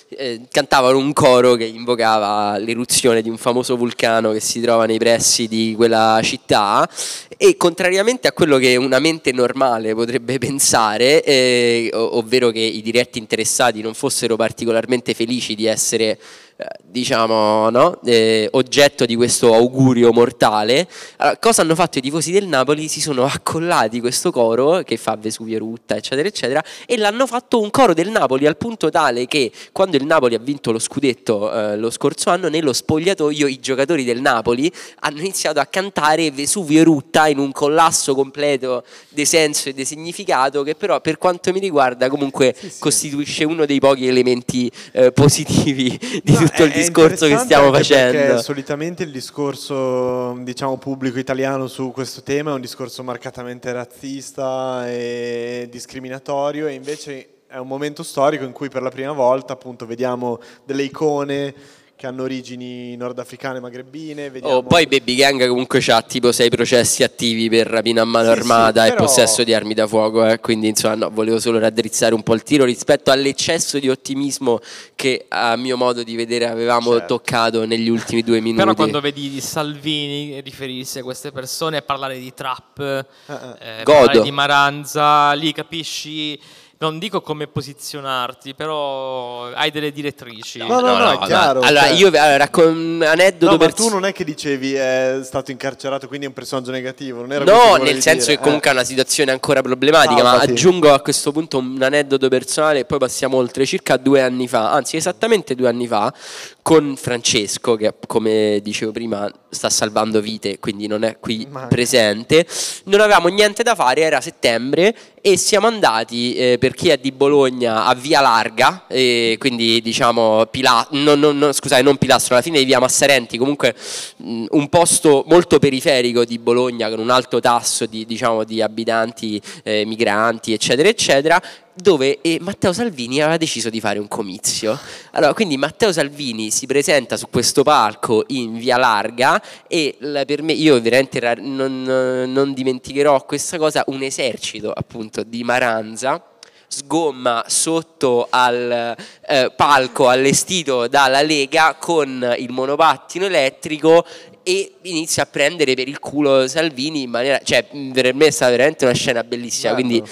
eh, cantavano un coro che invocava l'eruzione di un famoso vulcano che si trova nei pressi di quella città, e contrariamente a quello che una mente normale potrebbe pensare, eh, ov- ovvero che i diretti interessati non fossero particolarmente felici di essere eh, diciamo no? eh, oggetto di questo augurio mortale, allora, cosa hanno fatto i tifosi del Napoli? Si sono accollati questo coro che fa Vesuvio erutta eccetera eccetera, e l'hanno fatto un coro del Napoli, al punto tale che quando il Napoli ha vinto lo scudetto eh, lo scorso anno, nello spogliatoio i giocatori del Napoli hanno iniziato a cantare Vesuvio erutta in un collasso completo di senso e di significato, che però per quanto mi riguarda comunque sì, sì. costituisce uno dei pochi elementi eh, positivi di no, tutto è, il discorso che stiamo facendo. Perché solitamente il discorso, diciamo, pubblico italiano su questo tema è un discorso marcatamente razzista e discriminatorio, e invece è un momento storico in cui per la prima volta appunto vediamo delle icone che hanno origini nordafricane, magrebine. Vediamo... Oh, poi Baby Gang comunque c'ha tipo sei processi attivi per rapina a mano sì, armata sì, e però... possesso di armi da fuoco, eh. Quindi insomma no, volevo solo raddrizzare un po' il tiro rispetto all'eccesso di ottimismo che a mio modo di vedere avevamo certo. toccato negli ultimi due minuti. Però quando vedi Salvini riferirsi a queste persone e parlare di trap, uh-uh. eh, parlare di Maranza, lì capisci... Non dico come posizionarti, però hai delle direttrici. No, no, no, no, no è chiaro. Allora, cioè... io allora, con un aneddoto no, per... ma tu non è che dicevi è stato incarcerato, quindi è un personaggio negativo. Non era no, nel senso dire. che comunque eh. è una situazione ancora problematica, ah, ma sì. aggiungo a questo punto un aneddoto personale e poi passiamo oltre. Circa due anni fa, anzi esattamente due anni fa, con Francesco, che come dicevo prima sta salvando vite, quindi non è qui Manca. presente, non avevamo niente da fare, era settembre, e siamo andati, eh, per chi è di Bologna, a Via Larga, eh, quindi diciamo Pila- no, no, no, scusate, non Pilastro, alla fine di Via Massarenti, comunque mh, un posto molto periferico di Bologna con un alto tasso di, diciamo, di abitanti eh, migranti eccetera eccetera, dove eh, Matteo Salvini aveva deciso di fare un comizio. Allora, quindi Matteo Salvini si presenta su questo palco in Via Larga e la, per me, io veramente ra- non, non dimenticherò questa cosa, un esercito appunto di Maranza sgomma sotto al eh, palco allestito dalla Lega con il monopattino elettrico e inizia a prendere per il culo Salvini in maniera, cioè per me è stata veramente una scena bellissima. Bello. Quindi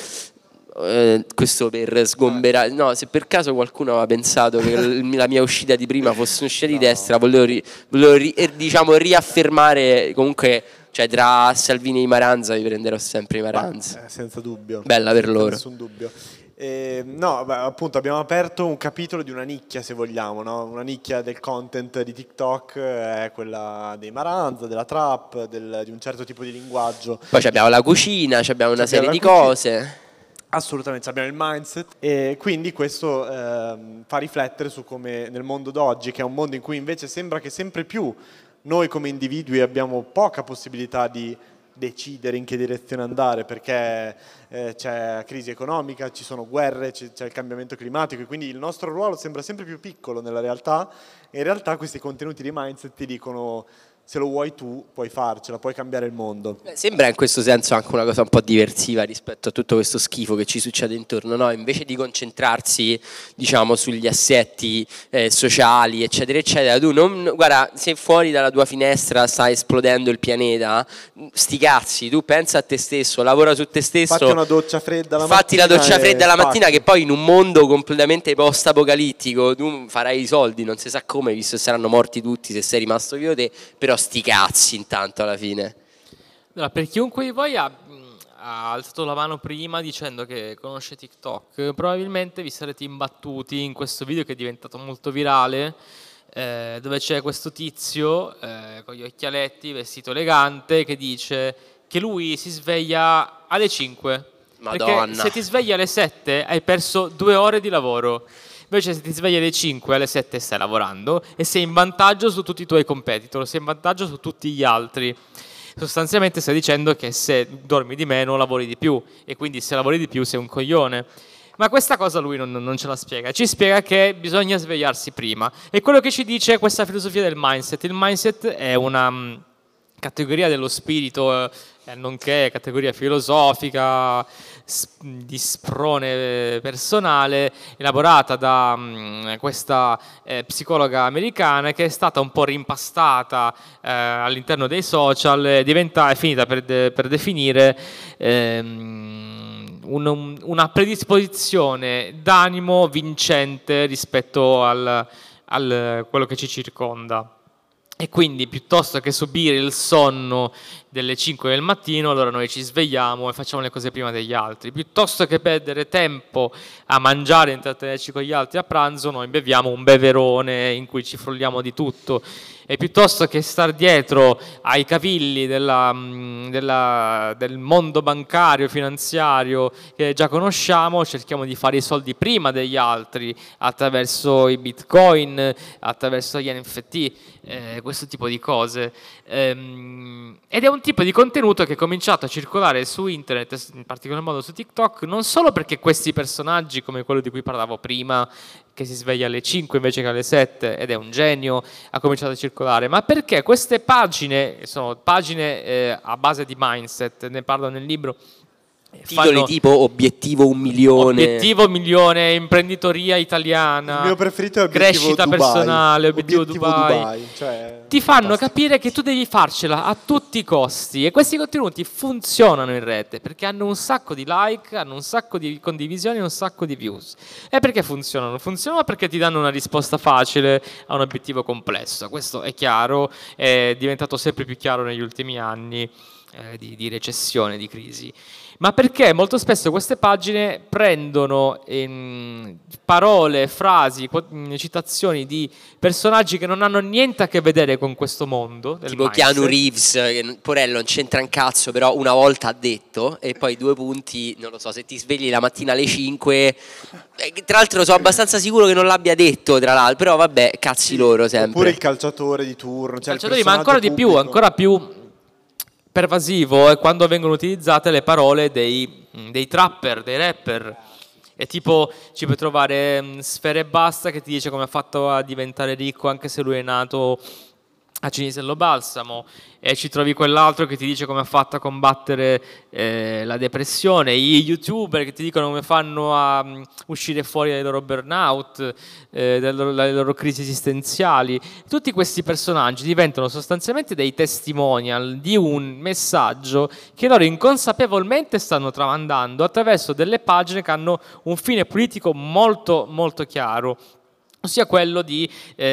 Uh, questo per sgomberare, no, se per caso qualcuno aveva pensato che la mia uscita di prima fosse un'uscita no. di destra, volevo, ri, volevo ri, diciamo riaffermare comunque, cioè tra Salvini e Maranza vi prenderò sempre i Maranza. Ma, eh, senza dubbio, bella per senza loro, nessun dubbio. Eh, no, beh, appunto abbiamo aperto un capitolo di una nicchia, se vogliamo, no? Una nicchia del content di TikTok è quella dei Maranza, della trap, del, di un certo tipo di linguaggio. Poi abbiamo la cucina, abbiamo una serie di cucina. cose. Assolutamente, abbiamo il mindset e quindi questo eh, fa riflettere su come nel mondo d'oggi, che è un mondo in cui invece sembra che sempre più noi come individui abbiamo poca possibilità di decidere in che direzione andare, perché eh, c'è crisi economica, ci sono guerre, c'è, c'è il cambiamento climatico e quindi il nostro ruolo sembra sempre più piccolo nella realtà, e in realtà questi contenuti di mindset ti dicono: se lo vuoi tu, puoi farcela, puoi cambiare il mondo. Beh, sembra in questo senso anche una cosa un po' diversiva rispetto a tutto questo schifo che ci succede intorno, no? Invece di concentrarsi, diciamo, sugli assetti eh, sociali, eccetera, eccetera, tu non, guarda, se fuori dalla tua finestra sta esplodendo il pianeta, sti cazzi, tu pensa a te stesso, lavora su te stesso. Fatti una doccia fredda la fatti mattina. Fatti la doccia fredda la mattina, spacchi. Che poi in un mondo completamente post-apocalittico tu farai i soldi, non si sa come, visto che saranno morti tutti se sei rimasto vivo te, però sti cazzi intanto alla fine. Allora, per chiunque di voi ha, ha alzato la mano prima dicendo che conosce TikTok, probabilmente vi sarete imbattuti in questo video che è diventato molto virale, eh, dove c'è questo tizio eh, con gli occhialetti, vestito elegante, che dice che lui si sveglia alle cinque. Madonna. Perché se ti svegli alle sette hai perso due ore di lavoro. Invece se ti svegli alle cinque, alle sette stai lavorando e sei in vantaggio su tutti i tuoi competitor, sei in vantaggio su tutti gli altri. Sostanzialmente stai dicendo che se dormi di meno lavori di più, e quindi se lavori di più sei un coglione. Ma questa cosa lui non, non ce la spiega, ci spiega che bisogna svegliarsi prima. E quello che ci dice questa filosofia del mindset. Il mindset è una um, categoria dello spirito, eh, nonché categoria filosofica, di sprone personale, elaborata da mh, questa eh, psicologa americana, che è stata un po' rimpastata eh, all'interno dei social, è, diventa, è finita per, de, per definire ehm, un, una predisposizione d'animo vincente rispetto al, al quello che ci circonda. E quindi piuttosto che subire il sonno delle cinque del mattino, allora noi ci svegliamo e facciamo le cose prima degli altri. Piuttosto che perdere tempo a mangiare e intrattenerci con gli altri a pranzo, noi beviamo un beverone in cui ci frulliamo di tutto. E piuttosto che star dietro ai cavilli della, della, del mondo bancario, finanziario che già conosciamo, cerchiamo di fare i soldi prima degli altri attraverso i bitcoin, attraverso gli N F T, eh, questo tipo di cose. Ehm, ed è un tipo di contenuto che è cominciato a circolare su internet, in particolar modo su TikTok, non solo perché questi personaggi, come quello di cui parlavo prima, che si sveglia alle cinque invece che alle sette ed è un genio, ha cominciato a circolare, ma perché queste pagine, sono pagine eh, a base di mindset, ne parlo nel libro, titoli fanno tipo obiettivo un milione, obiettivo milione, imprenditoria italiana, il mio preferito è obiettivo crescita Dubai. personale, obiettivo, Obiettivo Dubai, Dubai, cioè, ti fanno fantastico. capire che tu devi farcela a tutti i costi, e questi contenuti funzionano in rete perché hanno un sacco di like, hanno un sacco di condivisioni, un sacco di views. E perché funzionano? Funzionano perché ti danno una risposta facile a un obiettivo complesso. Questo è chiaro, è diventato sempre più chiaro negli ultimi anni eh, di, di recessione, di crisi. Ma perché molto spesso queste pagine prendono ehm, parole, frasi, citazioni di personaggi che non hanno niente a che vedere con questo mondo del tipo mindset. Keanu Reeves, che porello non c'entra un cazzo, però una volta ha detto, e poi due punti, non lo so, se ti svegli la mattina alle cinque, eh, tra l'altro sono abbastanza sicuro che non l'abbia detto, tra l'altro, però vabbè, cazzi loro sempre. Oppure il calciatore di turno, cioè il Calciatori, ma ancora di personaggio più, pubblico. ancora più pervasivo è quando vengono utilizzate le parole dei, dei trapper, dei rapper. E tipo ci puoi trovare um, Sfera Ebbasta che ti dice come ha fatto a diventare ricco anche se lui è nato a Cinisello Balsamo, e ci trovi quell'altro che ti dice come ha fatto a combattere eh, la depressione, gli youtuber che ti dicono come fanno a um, uscire fuori dai loro burnout, eh, dalle, loro, dalle loro crisi esistenziali. Tutti questi personaggi diventano sostanzialmente dei testimonial di un messaggio che loro inconsapevolmente stanno tramandando attraverso delle pagine che hanno un fine politico molto molto chiaro, ossia quello di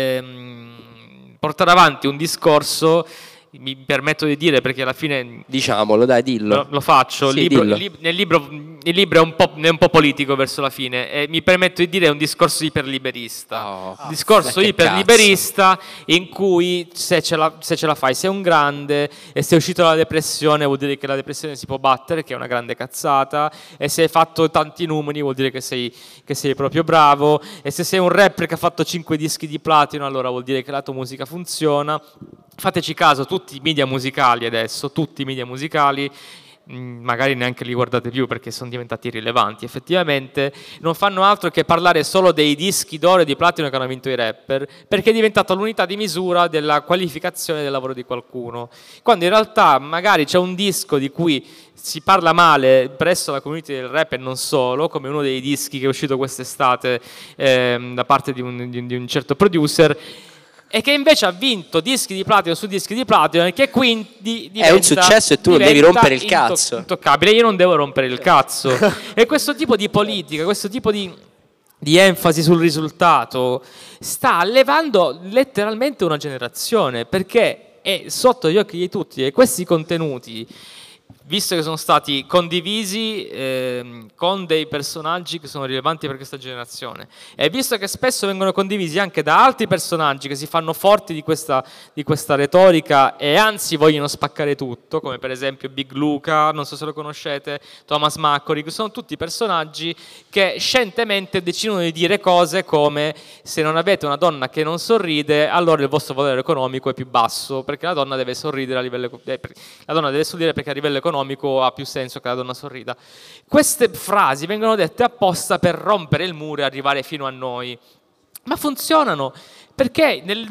ehm, portare avanti un discorso, mi permetto di dire perché alla fine Diciamolo, dai, dillo. lo, lo faccio, Sì, il libro, dillo. il lib- nel libro, il libro è un, po', è un po' politico verso la fine, e mi permetto di dire è un discorso iperliberista, Oh, un discorso ma che iperliberista in cui se ce, la, se ce la fai sei un grande, e se è uscito dalla depressione vuol dire che la depressione si può battere, che è una grande cazzata, e se hai fatto tanti numeri vuol dire che sei, che sei proprio bravo, e se sei un rapper che ha fatto cinque dischi di platino allora vuol dire che la tua musica funziona. Fateci caso, tutti i media musicali adesso, tutti i media musicali, mh, magari neanche li guardate più perché sono diventati irrilevanti, effettivamente non fanno altro che parlare solo dei dischi d'oro e di platino che hanno vinto i rapper, perché è diventata l'unità di misura della qualificazione del lavoro di qualcuno, quando in realtà magari c'è un disco di cui si parla male presso la community del rap e non solo, come uno dei dischi che è uscito quest'estate ehm, da parte di un, di, di un certo producer, e che invece ha vinto dischi di platino su dischi di platino, e che quindi diventa, è un successo e tu non devi rompere il cazzo. Intoccabile, io non devo rompere il cazzo. E questo tipo di politica, questo tipo di, di enfasi sul risultato sta allevando letteralmente una generazione, perché è sotto gli occhi di tutti, e questi contenuti, visto che sono stati condivisi eh, con dei personaggi che sono rilevanti per questa generazione, e visto che spesso vengono condivisi anche da altri personaggi che si fanno forti di questa, di questa retorica e anzi vogliono spaccare tutto, come per esempio Big Luca, non so se lo conoscete, Thomas Maccori, che sono tutti personaggi che scientemente decidono di dire cose come: se non avete una donna che non sorride, allora il vostro valore economico è più basso, perché la donna deve sorridere a livello eh, la donna deve sorridere perché a livello economico ha più senso che la donna sorrida. Queste frasi vengono dette apposta per rompere il muro e arrivare fino a noi, ma funzionano perché nel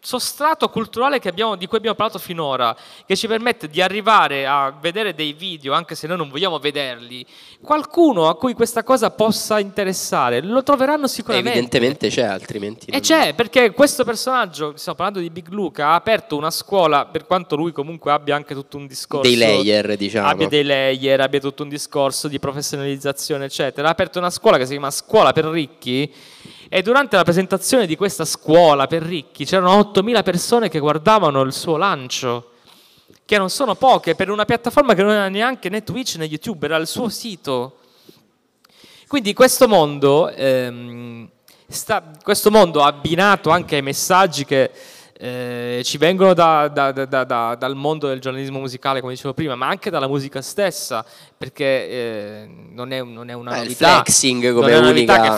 sostrato culturale che abbiamo, di cui abbiamo parlato finora, che ci permette di arrivare a vedere dei video, anche se noi non vogliamo vederli, qualcuno a cui questa cosa possa interessare, lo troveranno sicuramente. Evidentemente c'è, altrimenti E non... c'è, perché questo personaggio, stiamo parlando di Big Luca, ha aperto una scuola, per quanto lui comunque abbia anche tutto un discorso... Dei layer, diciamo. Abbia dei layer, abbia tutto un discorso di professionalizzazione, eccetera. Ha aperto una scuola che si chiama Scuola per Ricchi, e durante la presentazione di questa scuola per ricchi c'erano ottomila persone che guardavano il suo lancio, che non sono poche per una piattaforma che non era neanche né Twitch né YouTube, era il suo sito. Quindi questo mondo, ehm, sta, questo mondo abbinato anche ai messaggi che eh, ci vengono da, da, da, da, dal mondo del giornalismo musicale, come dicevo prima, ma anche dalla musica stessa, perché eh, non, è, non è una eh, novità. Il flexing come non è una unica... novità che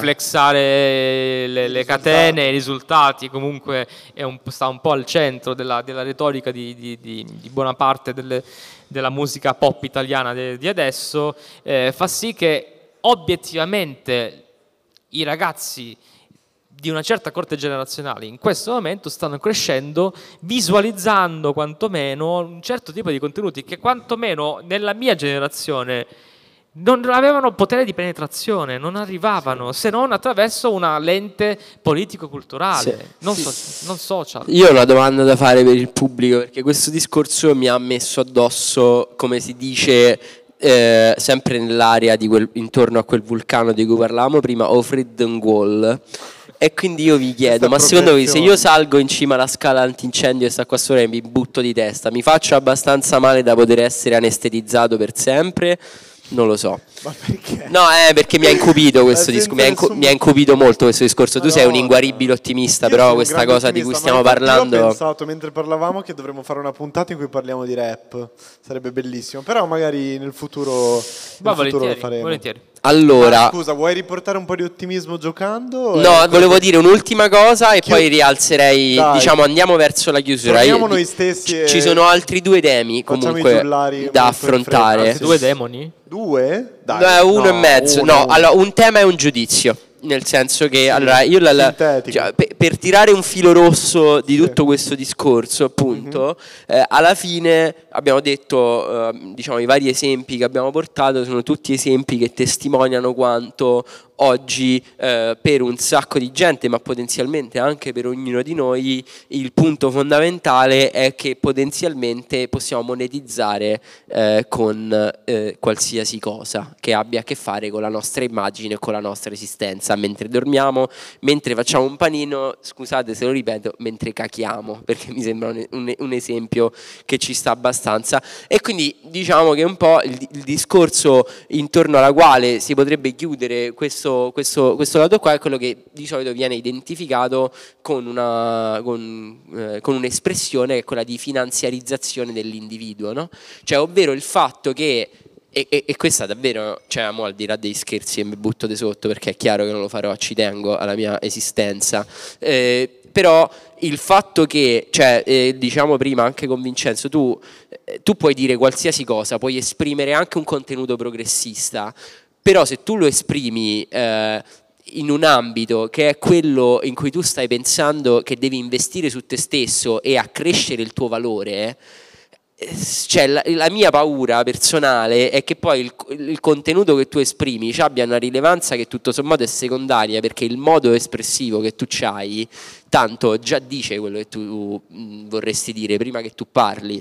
flexare le, le catene, i risultati, comunque è un, sta un po' al centro della, della retorica di, di, di, di buona parte delle, della musica pop italiana de, di adesso, eh, fa sì che obiettivamente i ragazzi di una certa corte generazionale in questo momento stanno crescendo visualizzando quantomeno un certo tipo di contenuti che quantomeno nella mia generazione non avevano potere di penetrazione, non arrivavano se non attraverso una lente politico-culturale, Sì. non, Sì. so- non social. Io ho una domanda da fare per il pubblico, perché questo discorso mi ha messo addosso, come si dice, eh, sempre nell'area di quel, intorno a quel vulcano di cui parlavamo prima, Ofridden-Wall. E quindi io vi chiedo, ma secondo voi se io salgo in cima alla scala antincendio e sta qua sopra e mi butto di testa, mi faccio abbastanza male da poter essere anestetizzato per sempre? Non lo so. Ma perché? No, eh, perché mi ha incupito questo La discorso, gente mi, ha incu- nessun- mi ha incupito molto questo discorso. Tu sei un Madonna. inguaribile ottimista, Io però sono un questa grande cosa di cui ottimista, stiamo ma infatti parlando... Io ho pensato mentre parlavamo che dovremmo fare una puntata in cui parliamo di rap. Sarebbe bellissimo. Però magari nel futuro, Ma nel futuro lo volentieri, faremo. volentieri. Allora, Ah, scusa, vuoi riportare un po' di ottimismo giocando? o no, è- volevo dire un'ultima cosa e Chiu- poi rialzerei, Dai. diciamo, andiamo verso la chiusura. Torniamo Io- noi stessi ci- e- Ci sono altri due temi Facciamo i comunque giullari molto da in affrontare. fretta. Questi due demoni? Due? Dai. No, uno No, e mezzo. uno, no, uno. allora un tema e un giudizio. Nel senso che allora io la, la- sintetico. cioè, pe- per tirare un filo rosso di tutto questo discorso, appunto, Mhm. eh, alla fine abbiamo detto, eh, diciamo, i vari esempi che abbiamo portato sono tutti esempi che testimoniano quanto oggi eh, per un sacco di gente, ma potenzialmente anche per ognuno di noi, il punto fondamentale è che potenzialmente possiamo monetizzare eh, con eh, qualsiasi cosa che abbia a che fare con la nostra immagine e con la nostra esistenza, mentre dormiamo, mentre facciamo un panino, scusate se lo ripeto, mentre cachiamo, perché mi sembra un, un- un esempio che ci sta abbastanza. E quindi diciamo che un po' il, il discorso intorno alla quale si potrebbe chiudere questo Questo, questo lato qua è quello che di solito viene identificato con, una, con, eh, con un'espressione che è quella di finanziarizzazione dell'individuo, no? Cioè, ovvero il fatto che, e, e, e questa davvero, cioè, mo, al di là dei scherzi e mi butto di sotto perché è chiaro che non lo farò, ci tengo alla mia esistenza, eh, però il fatto che, cioè, eh, diciamo prima anche con Vincenzo, tu, eh, tu puoi dire qualsiasi cosa, puoi esprimere anche un contenuto progressista, però se tu lo esprimi eh, in un ambito che è quello in cui tu stai pensando che devi investire su te stesso e accrescere il tuo valore, eh, cioè la, la mia paura personale è che poi il, il contenuto che tu esprimi ci abbia una rilevanza che tutto sommato è secondaria, perché il modo espressivo che tu c'hai tanto già dice quello che tu mh, vorresti dire prima che tu parli.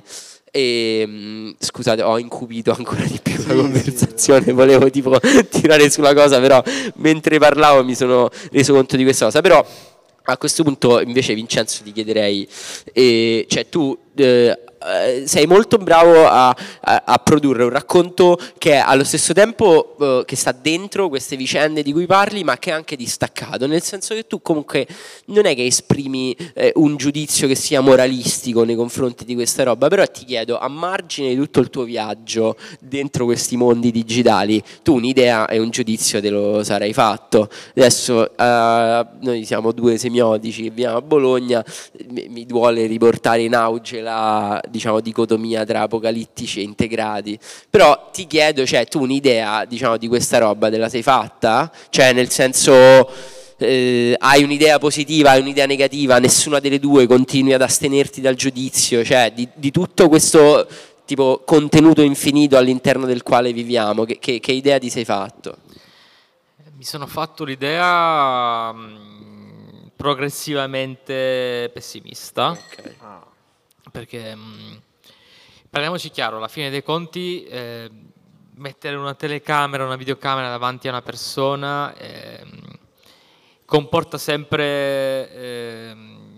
E, mh, scusate, ho incupito ancora di più la conversazione, volevo tipo tirare sulla cosa, però mentre parlavo mi sono reso conto di questa cosa. Però a questo punto invece Vincenzo ti chiederei, eh, cioè tu eh, eh, sei molto bravo a, a, a produrre un racconto che è allo stesso tempo eh, che sta dentro queste vicende di cui parli, ma che è anche distaccato, nel senso che tu comunque non è che esprimi eh, un giudizio che sia moralistico nei confronti di questa roba, però ti chiedo, a margine di tutto il tuo viaggio dentro questi mondi digitali, tu un'idea e un giudizio te lo sarai fatto. Adesso eh, noi siamo due semiotici che viviamo a Bologna, mi, mi duole riportare in auge la, diciamo, dicotomia tra apocalittici e integrati, però ti chiedo, cioè, tu un'idea, diciamo, di questa roba te la sei fatta? Cioè, nel senso, eh, hai un'idea positiva, hai un'idea negativa, nessuna delle due, continui ad astenerti dal giudizio, cioè di, di tutto questo tipo contenuto infinito all'interno del quale viviamo, che, che, che idea ti sei fatto? Mi sono fatto l'idea mh, progressivamente pessimista, Okay. perché mh, parliamoci chiaro, alla fine dei conti eh, mettere una telecamera, una videocamera davanti a una persona eh, comporta sempre eh,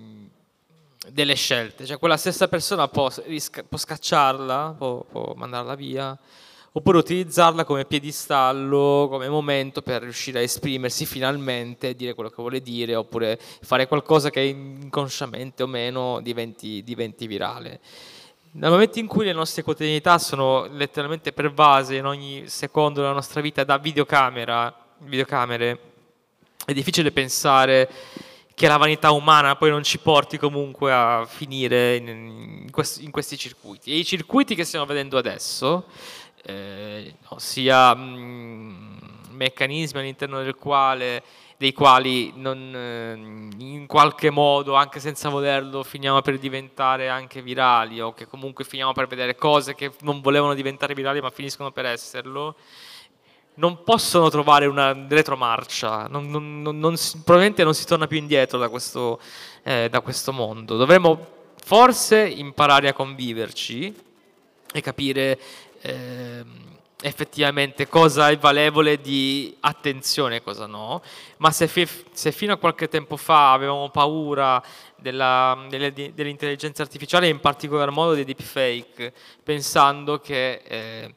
delle scelte, cioè quella stessa persona può, risca- può scacciarla, può, può mandarla via, oppure utilizzarla come piedistallo, come momento per riuscire a esprimersi finalmente, dire quello che vuole dire, oppure fare qualcosa che inconsciamente o meno diventi, diventi virale. Nel momento in cui le nostre quotidianità sono letteralmente pervase in ogni secondo della nostra vita da videocamera, videocamere, è difficile pensare che la vanità umana poi non ci porti comunque a finire in, in, questi, in questi circuiti. E i circuiti che stiamo vedendo adesso, eh, ossia mh, meccanismi all'interno del quale, dei quali non, eh, in qualche modo, anche senza volerlo, finiamo per diventare anche virali, o che comunque finiamo per vedere cose che non volevano diventare virali ma finiscono per esserlo, non possono trovare una retromarcia, non, non, non, non, probabilmente non si torna più indietro da questo, eh, da questo mondo. Dovremmo forse imparare a conviverci e capire eh, effettivamente cosa è valevole di attenzione e cosa no, ma se, fi- se fino a qualche tempo fa avevamo paura della, delle, dell'intelligenza artificiale, in particolar modo dei deepfake, pensando che eh,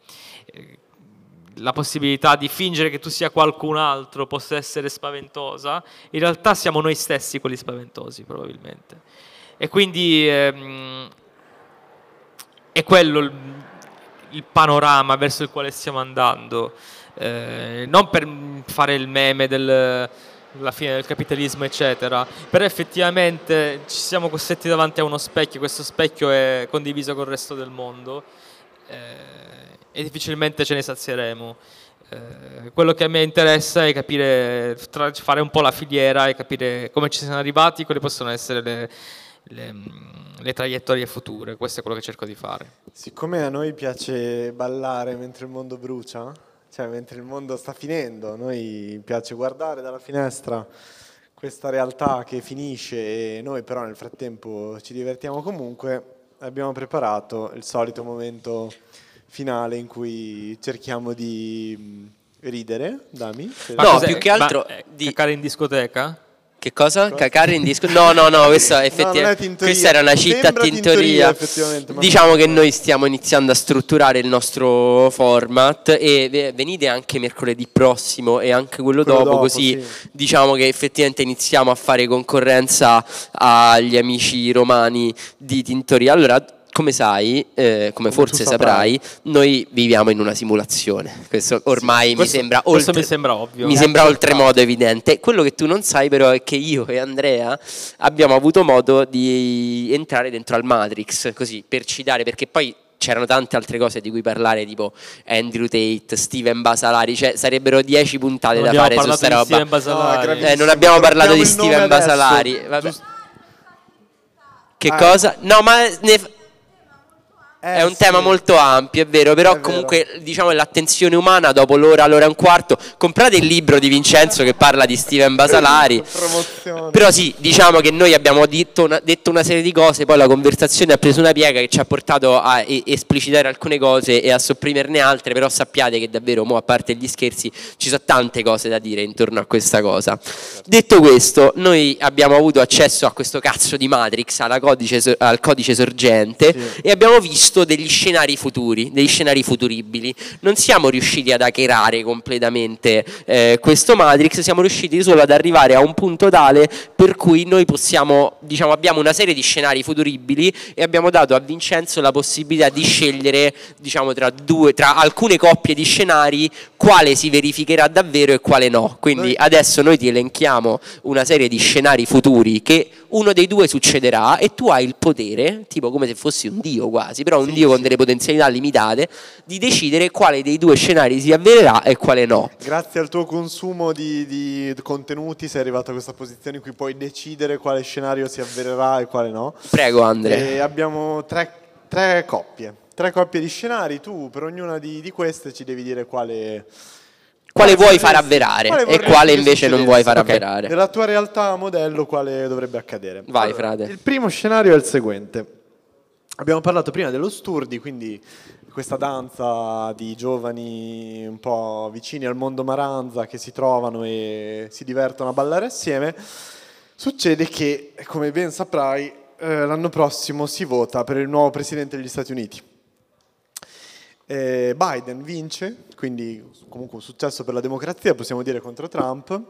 la possibilità di fingere che tu sia qualcun altro possa essere spaventosa, in realtà siamo noi stessi quelli spaventosi probabilmente. E quindi ehm, è quello il, il panorama verso il quale stiamo andando, eh, non per fare il meme del la fine del capitalismo eccetera, però effettivamente ci siamo costretti davanti a uno specchio, questo specchio è condiviso col resto del mondo, eh, e difficilmente ce ne sazieremo. Eh, quello che a me interessa è capire, tra, fare un po' la filiera e capire come ci siamo arrivati, quali possono essere le, le, le traiettorie future. Questo è quello che cerco di fare. Siccome a noi piace ballare mentre il mondo brucia, cioè mentre il mondo sta finendo, a noi piace guardare dalla finestra questa realtà che finisce e noi però nel frattempo ci divertiamo comunque, abbiamo preparato il solito momento finale in cui cerchiamo di ridere. Dami? No, più che altro Ma, eh, di... cacare in discoteca? Che cosa? Cacare in disco? No, no, no, questa, effettivamente, no, questa era una città tintoria. tintoria Diciamo che noi stiamo iniziando a strutturare il nostro format e venite anche mercoledì prossimo e anche quello, quello dopo, dopo, così sì. Diciamo che effettivamente iniziamo a fare concorrenza agli amici romani di Tintoria. Allora, come sai, eh, come, come forse saprai, noi viviamo in una simulazione. Questo ormai sì, questo, mi sembra questo oltre, mi sembra ovvio. Mi sembra oltremodo evidente. Quello che tu non sai però è che io e Andrea abbiamo avuto modo di entrare dentro al Matrix, così per citare, perché poi c'erano tante altre cose di cui parlare, tipo Andrew Tate, Steven Basalari, cioè sarebbero dieci puntate non da fare su sta roba. No, eh, non abbiamo parlato di Steven Basalari. Vabbè. Che ah, cosa? No, ma ne Eh, è un sì. tema molto ampio, è vero, però è comunque vero. Diciamo l'attenzione umana dopo l'ora, l'ora e un quarto. Comprate il libro di Vincenzo che parla di Steven Basalari. Però sì, diciamo che noi abbiamo detto una, detto una serie di cose, poi la conversazione ha preso una piega che ci ha portato a e, esplicitare alcune cose e a sopprimerne altre, però sappiate che davvero, mo, a parte gli scherzi, ci sono tante cose da dire intorno a questa cosa. Detto questo, noi abbiamo avuto accesso a questo cazzo di Matrix, alla codice, al codice sorgente, sì. E abbiamo visto degli scenari futuri, degli scenari futuribili. Non siamo riusciti ad hackerare completamente eh, questo Matrix, siamo riusciti solo ad arrivare a un punto tale per cui noi possiamo, diciamo, abbiamo una serie di scenari futuribili e abbiamo dato a Vincenzo la possibilità di scegliere, diciamo, tra due, tra alcune coppie di scenari quale si verificherà davvero e quale no. Quindi noi... adesso noi ti elenchiamo una serie di scenari futuri che uno dei due succederà e tu hai il potere, tipo come se fossi un dio quasi, però un Sì, dio sì. con delle potenzialità limitate, di decidere quale dei due scenari si avvererà e quale no. Grazie al tuo consumo di, di contenuti sei arrivato a questa posizione in cui puoi decidere quale scenario si avvererà e quale no. Prego Andre. E abbiamo tre, tre coppie, tre coppie di scenari, tu per ognuna di, di queste ci devi dire quale... Quale vuoi vorresti- far avverare quale e vorresti quale che invece non succedesse? vuoi far Ok. avverare. Nella tua realtà modello quale dovrebbe accadere? Vai, frate. Il primo scenario è il seguente. Abbiamo parlato prima dello Sturdi, quindi questa danza di giovani un po' vicini al mondo Maranza che si trovano e si divertono a ballare assieme. Succede che, come ben saprai, eh, l'anno prossimo si vota per il nuovo presidente degli Stati Uniti. Eh, Biden vince, quindi comunque un successo per la democrazia, possiamo dire, contro Trump,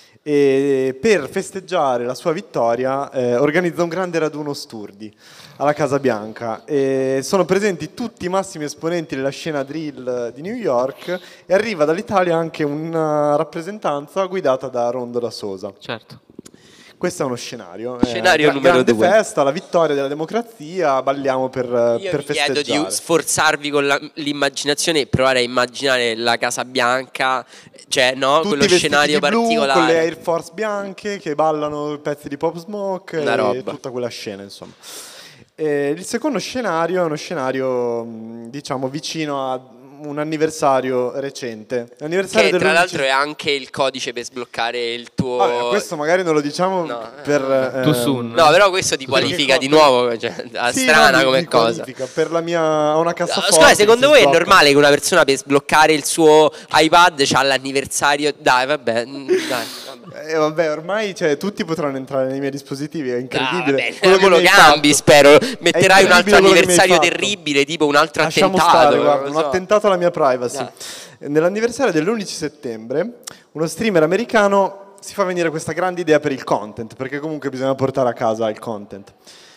e per festeggiare la sua vittoria eh, organizza un grande raduno Sturdi alla Casa Bianca. E sono presenti tutti i massimi esponenti della scena drill di New York e arriva dall'Italia anche una rappresentanza guidata da Rondo da Sosa. Certo. Questo è uno scenario. Scenario eh, numero grande due. festa, la vittoria della democrazia, balliamo per, Io per vi chiedo festeggiare. di sforzarvi con la- l'immaginazione e provare a immaginare la Casa Bianca, cioè no, Tutti quello vestiti scenario di blu, particolare. con le Air Force bianche che ballano pezzi di Pop Smoke Una e roba. tutta quella scena, insomma. E il secondo scenario è uno scenario, mh, diciamo, vicino a un anniversario recente. L'anniversario Che tra dell'undici l'altro è anche il codice per sbloccare il tuo... Vabbè, questo magari non lo diciamo No. per... Too ehm, soon. No, però questo ti Perché qualifica qua- di nuovo, cioè, a sì, strana no, mi- come mi cosa. qualifica. Per la mia... ho una No, cassaforte. Scusa, secondo che voi si è sblocca. normale che una persona per sbloccare il suo iPad c'ha l'anniversario? Dai, vabbè, mm, dai. vabbè. Eh, vabbè, ormai cioè, tutti potranno entrare nei miei dispositivi, è Ah, incredibile. vabbè, Quello che lo mi hai cambi, fatto. spero. È Metterai un altro incredibile quello che mi hai anniversario fatto. terribile, tipo un altro Lasciamo attentato. stare, non guarda, lo un so. attentato alla mia privacy. Dai. Nell'anniversario dell'undici settembre, uno streamer americano si fa venire questa grande idea per il content, perché comunque bisogna portare a casa il content.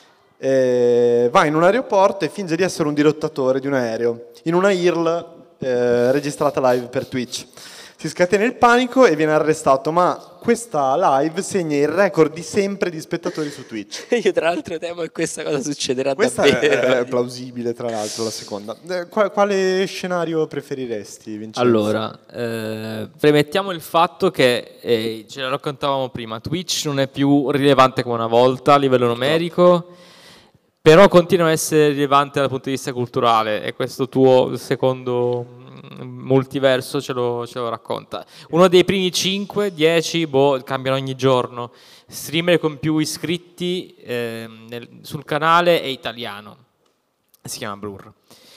Eh, va in un aeroporto e finge di essere un dirottatore di un aereo, in una I R L eh, registrata live per Twitch. Si scatena il panico e viene arrestato, ma questa live segna il record di sempre di spettatori su Twitch. Io tra l'altro temo che questa cosa succederà Questa è, davvero. è plausibile, tra l'altro, la seconda. Eh, qua- quale scenario preferiresti, Vincenzo? Allora, eh, premettiamo il fatto che, eh, ce la raccontavamo prima, Twitch non è più rilevante come una volta a livello numerico, però continua a essere rilevante dal punto di vista culturale e questo tuo secondo mm, multiverso ce lo, ce lo racconta. Uno dei primi cinque, dieci, boh, cambiano ogni giorno. Streamer con più iscritti ehm, nel- sul canale è italiano, si chiama Blur.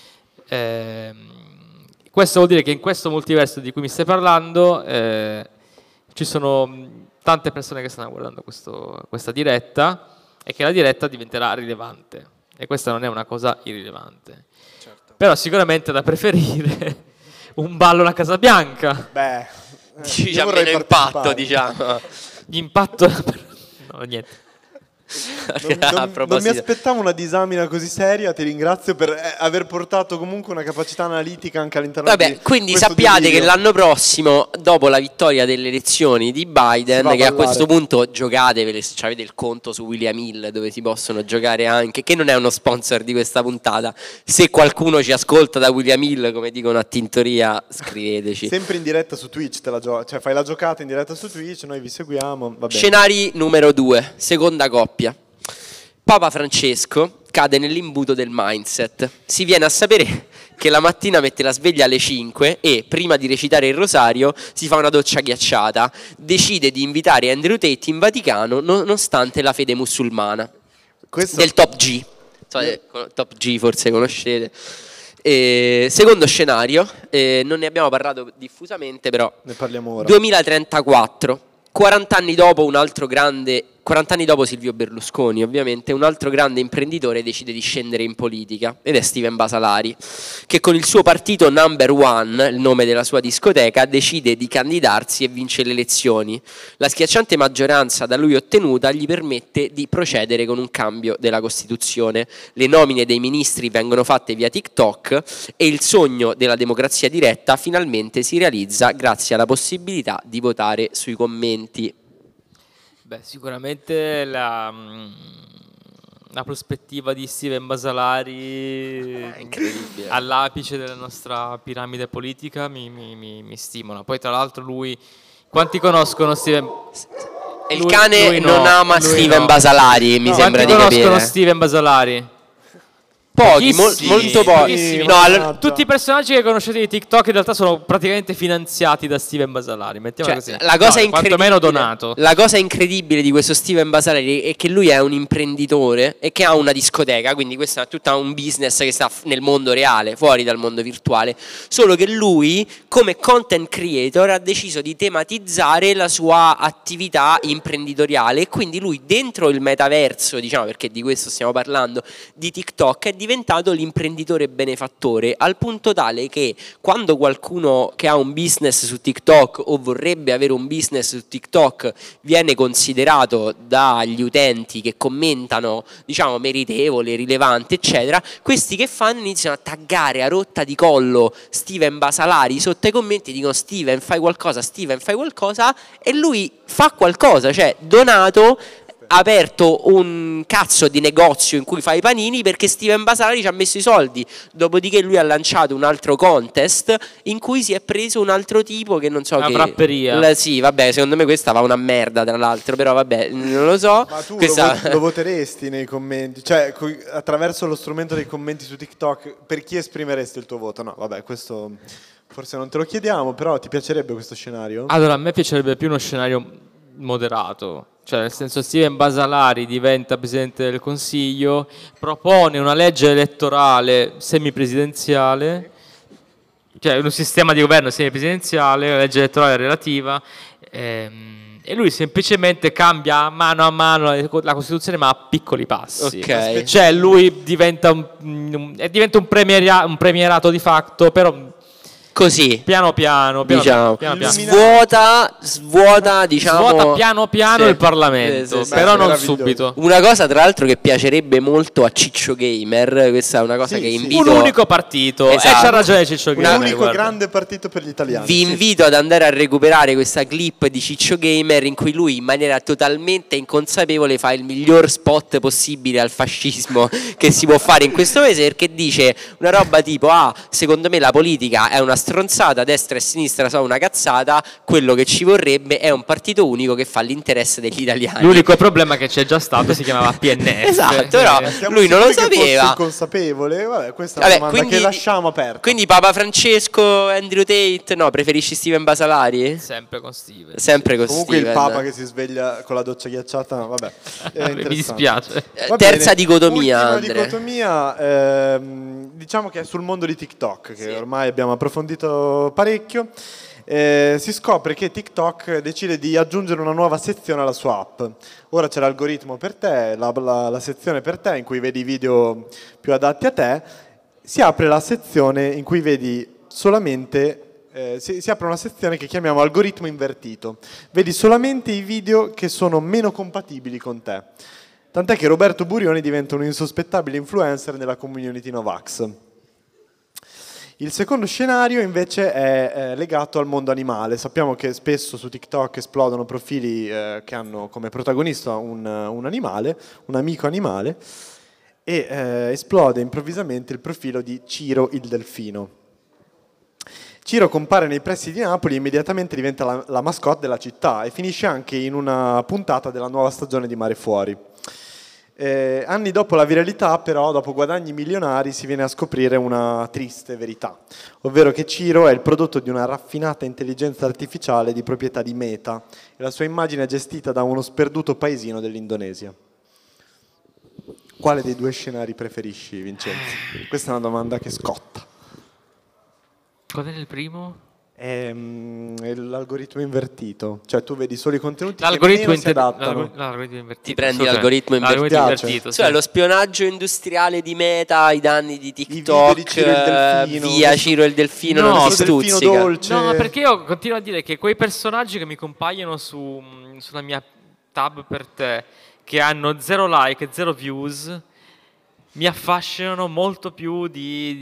Ehm, questo vuol dire che in questo multiverso di cui mi stai parlando eh, ci sono mh, tante persone che stanno guardando questo- questa diretta e che la diretta diventerà rilevante. E questa non è una cosa irrilevante. Però sicuramente da preferire un ballo alla Casa Bianca. Beh, eh, Dici, io c'ha vorrei meno impatto, partecipare. diciamo. L'impatto... no, niente. Non, A non- non mi proposito. aspettavo una disamina così seria, ti ringrazio per eh, aver portato comunque una capacità analitica anche all'interno di Vabbè, quindi questo sappiate delirio. che l'anno prossimo, dopo la vittoria delle elezioni di Si va Biden, a che a ballare. questo punto giocatevele, se avete il conto su William Hill dove si possono giocare anche, che non è uno sponsor di questa puntata. Se qualcuno ci ascolta da William Hill, come dicono a Tintoria, scriveteci. Sempre in diretta su Twitch, te la gio- cioè fai la giocata in diretta su Twitch, noi vi seguiamo, va bene. Scenari numero due, seconda coppia. Papa Francesco cade nell'imbuto del mindset. Si viene a sapere che la mattina mette la sveglia alle cinque e, prima di recitare il rosario, si fa una doccia ghiacciata. Decide di invitare Andrew Tate in Vaticano nonostante la fede musulmana. Questo Del Top G. So, eh, con- Top G forse conoscete. Eh, secondo scenario, eh, non ne abbiamo parlato diffusamente, però ne parliamo ora. duemilatrentaquattro, quaranta anni dopo un altro grande, quaranta anni dopo Silvio Berlusconi ovviamente, un altro grande imprenditore decide di scendere in politica ed è Steven Basalari, che con il suo partito Number One, il nome della sua discoteca, decide di candidarsi e vince le elezioni. La schiacciante maggioranza da lui ottenuta gli permette di procedere con un cambio della Costituzione. Le nomine dei ministri vengono fatte via TikTok e il sogno della democrazia diretta finalmente si realizza grazie alla possibilità di votare sui commenti. Beh, sicuramente la, la prospettiva di Steven Basalari È incredibile. all'apice della nostra piramide politica mi, mi- mi- mi stimola. Poi tra l'altro lui, quanti conoscono Steven? E il Lui- cane lui no, non ama lui Steven no. Basalari, mi No, sembra di quanti conoscono capire. Steven Basalari? Pochi, mol- Pochissimi, molto pochi. pochissimi. No, allora, Tutti i personaggi che conoscete di TikTok in realtà sono praticamente finanziati da Steven Basalari, mettiamola cioè, così. la cosa No, incredibile, quantomeno donato. la cosa incredibile di questo Steven Basalari è che lui è un imprenditore e che ha una discoteca, quindi questo è tutto un business che sta f- nel mondo reale, fuori dal mondo virtuale. Solo che lui, come content creator, ha deciso di tematizzare la sua attività imprenditoriale e quindi lui dentro il metaverso, diciamo, perché di questo stiamo parlando, di TikTok, è diventato l'imprenditore benefattore, al punto tale che quando qualcuno che ha un business su TikTok o vorrebbe avere un business su TikTok viene considerato dagli utenti che commentano, diciamo, meritevole, rilevante, eccetera, questi che fanno iniziano a taggare a rotta di collo Steven Basalari sotto i commenti, dicono Steven fai qualcosa, Steven fai qualcosa, e lui fa qualcosa, cioè donato, ha aperto un cazzo di negozio in cui fa i panini perché Steven Basalari ci ha messo i soldi. Dopodiché lui ha lanciato un altro contest in cui si è preso un altro tipo che non so Una che frapperia. La- sì, vabbè, secondo me questa va una merda tra l'altro, però vabbè, non lo so. Ma tu Questa- lo, vo- lo voteresti nei commenti? Cioè, co- attraverso lo strumento dei commenti su TikTok, per chi esprimeresti il tuo voto? No, vabbè, questo forse non te lo chiediamo, però ti piacerebbe questo scenario? Allora, a me piacerebbe più uno scenario moderato. Cioè, nel senso, Steven Basalari diventa Presidente del Consiglio, propone una legge elettorale semipresidenziale, cioè un sistema di governo semipresidenziale, una legge elettorale relativa, ehm, e lui semplicemente cambia mano a mano la, la Costituzione, ma a piccoli passi. Ok. Cioè, lui diventa un, un- eh, diventa un, premieria- un premierato di facto, però Così, piano piano, piano diciamo, piano, piano. svuota, svuota, diciamo, Svuota piano piano sì. il Parlamento, Sì, sì, sì. però Beh, non meraviglioso. subito. Una cosa tra l'altro che piacerebbe molto a Ciccio Gamer, questa è una cosa Sì, che sì. invito... Un unico partito, Esatto. e c'ha ragione Ciccio Un Gamer, unico guarda. grande partito per gli italiani. Vi Sì. invito ad andare a recuperare questa clip di Ciccio Gamer in cui lui in maniera totalmente inconsapevole fa il miglior spot possibile al fascismo che si può fare in questo paese, perché dice una roba tipo ah, secondo me la politica è una stronzata, destra e sinistra sono una cazzata, quello che ci vorrebbe è un partito unico che fa l'interesse degli italiani. L'unico problema che c'è già stato si chiamava P N F. Esatto, però Eh, Siamo lui non lo sicuri che fosse sapeva. consapevole? Vabbè, questa è una Vabbè, domanda quindi, che lasciamo aperta. quindi Papa Francesco, Andrew Tate, no, preferisci Steven Basalari? sempre con Steven. Sempre con Comunque Steven. il Papa che si sveglia con la doccia ghiacciata, vabbè. è Mi interessante. dispiace. Eh, Va Terza bene. dicotomia, Ultima Andre. dicotomia, ehm, diciamo che è sul mondo di TikTok, che Sì. ormai abbiamo approfondito parecchio. Eh, si scopre che TikTok decide di aggiungere una nuova sezione alla sua app. Ora c'è l'algoritmo per te, la, la- la sezione per te in cui vedi i video più adatti a te. Si apre la sezione in cui vedi solamente eh, si, si apre una sezione che chiamiamo algoritmo invertito. Vedi solamente i video che sono meno compatibili con te. Tant'è che Roberto Burioni diventa un insospettabile influencer nella community Novax. Il secondo scenario invece è, è legato al mondo animale. Sappiamo che spesso su TikTok esplodono profili eh, che hanno come protagonista un, un animale, un amico animale, e eh, esplode improvvisamente il profilo di Ciro il delfino. Ciro compare nei pressi di Napoli e immediatamente diventa la, la mascotte della città e finisce anche in una puntata della nuova stagione di Mare Fuori. Eh, anni dopo la viralità, però, dopo guadagni milionari, si viene a scoprire una triste verità, ovvero che Ciro è il prodotto di una raffinata intelligenza artificiale di proprietà di Meta e la sua immagine è gestita da uno sperduto paesino dell'Indonesia. Quale dei due scenari preferisci, Vincenzo? Questa è una domanda che scotta. Qual era il primo? È, mm, è l'algoritmo invertito, cioè tu vedi solo i contenuti L'algoritmo, che meno si inter- adattano. l'algor- l'algoritmo invertito. Ti prendi Assolutamente. l'algoritmo invertito. L'algoritmo Piace? invertito, sì. Cioè lo spionaggio industriale di Meta ai danni di video di TikTok, Ciro il delfino. eh, via Ciro il delfino, No, non si Questo delfino stuzzica. dolce. No, ma perché io continuo a dire che quei personaggi che mi compaiono su, sulla mia tab per te, che hanno zero like e zero views, mi affascinano molto più di,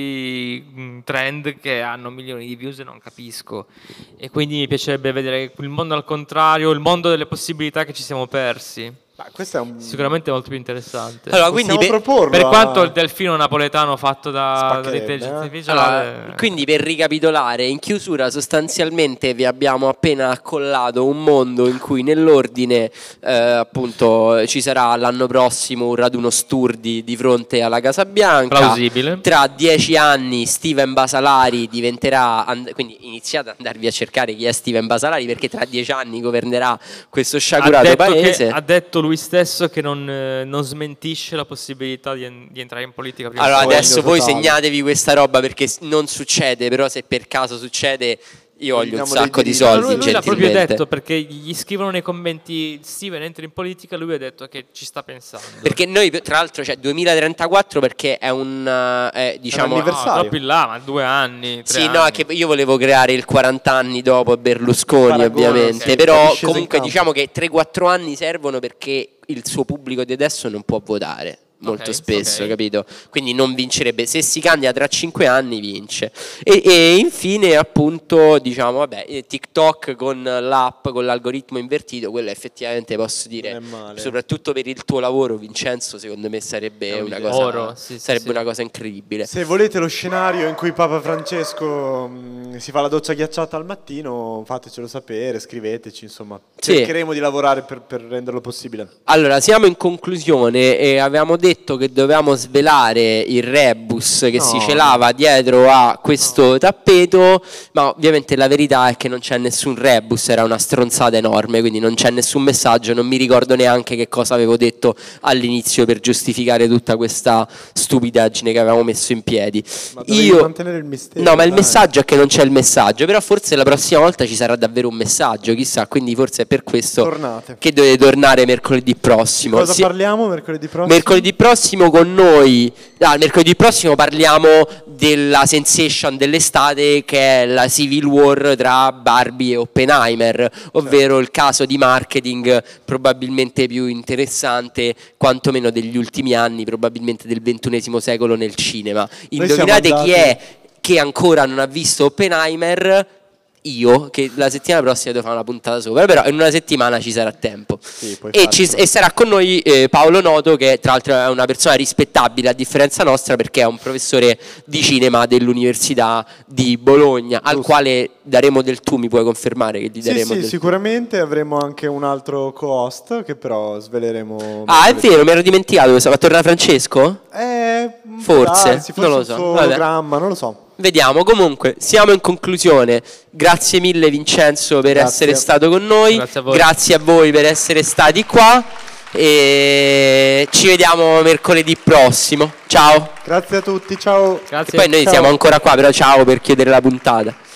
di mm, trend che hanno milioni di views e non capisco. E quindi mi piacerebbe vedere il mondo al contrario, il mondo delle possibilità che ci siamo persi. Ma questo è un... Sicuramente molto più interessante. Allora, quindi Possiamo per, proporlo Per a- quanto il delfino napoletano fatto da, Spaccherebbe, dall'intelligenza eh? artificiale. allora, quindi per ricapitolare, in chiusura sostanzialmente vi abbiamo appena accollato un mondo in cui nell'ordine eh, appunto ci sarà l'anno prossimo un raduno Sturdi di fronte alla Casa Bianca. Plausibile. Tra dieci anni Steven Basalari diventerà, and- quindi iniziate ad andarvi a cercare chi è Steven Basalari, perché tra dieci anni governerà questo ha sciagurato detto, paese. che, ha detto lui stesso che non, eh, non smentisce la possibilità di, en- di entrare in politica prima o Allora poi. adesso voi totale. segnatevi questa roba, perché s- non succede, però se per caso succede io voglio un Vogliamo dei sacco di diritti. Ma soldi, lui, lui l'ha proprio gentilmente. detto, perché gli scrivono nei commenti Steven entra in politica, lui ha detto che ci sta pensando. Perché noi tra l'altro c'è duemilatrentaquattro perché è un eh, diciamo È un no, anniversario. troppo in là, ma due anni, tre sì, anni. no, è che io volevo creare il quaranta anni dopo Berlusconi, Paragone, ovviamente, sì, però disceso in comunque campo. diciamo che tre quattro anni servono perché il suo pubblico di adesso non può votare molto Ok, spesso, ok. capito? Quindi non vincerebbe. Se si candida tra cinque anni vince. E, e infine appunto diciamo vabbè eh, TikTok con l'app, con l'algoritmo invertito, quello effettivamente posso dire, Non è male. soprattutto per il tuo lavoro Vincenzo, secondo me sarebbe una un'idea. cosa Oro, sì, sì, sarebbe sì. una cosa incredibile. Se volete lo scenario in cui Papa Francesco mh, si fa la doccia ghiacciata al mattino, fatecelo sapere, scriveteci, insomma. Sì. Cercheremo di lavorare per, per renderlo possibile. Allora, siamo in conclusione e avevamo detto che dovevamo svelare il rebus che No. si celava dietro a questo tappeto, ma ovviamente la verità è che non c'è nessun rebus, era una stronzata enorme, quindi non c'è nessun messaggio, non mi ricordo neanche che cosa avevo detto all'inizio per giustificare tutta questa stupidaggine che avevamo messo in piedi. Ma dovevi Io mantenere il mistero. No, ma il dai. messaggio è che non c'è il messaggio, però forse la prossima volta ci sarà davvero un messaggio, chissà, quindi forse è per questo Tornate. che dovete tornare mercoledì prossimo. Cosa Sì. parliamo mercoledì prossimo? Mercoledì prossimo con noi, ah, mercoledì prossimo parliamo della sensation dell'estate che è la Civil War tra Barbie e Oppenheimer, ovvero il caso di marketing probabilmente più interessante, quantomeno degli ultimi anni, probabilmente del ventunesimo secolo nel cinema. siamo Indovinate chi andati- è che ancora non ha visto Oppenheimer? Io, che la settimana prossima devo fare una puntata sopra, però in una settimana ci sarà tempo. Sì, puoi E, ci- farcelo. e sarà con noi eh, Paolo Noto, che tra l'altro è una persona rispettabile a differenza nostra, perché è un professore di cinema dell'Università di Bologna, al quale daremo del tu, mi puoi confermare che gli Sì, daremo sì, del tu? sicuramente avremo anche un altro co-host che però sveleremo. Ah, è vero, mi ero dimenticato, ma torna Francesco? Eh, Forse, darsi, non lo forse so, un vabbè. programma, non lo so. Vediamo, comunque siamo in conclusione. Grazie mille Vincenzo per Grazie. essere stato con noi. Grazie a voi. Grazie a voi per essere stati qua. E ci vediamo mercoledì prossimo. Ciao. Grazie a tutti, ciao. Grazie. E poi noi Ciao. siamo ancora qua, però ciao per chiudere la puntata.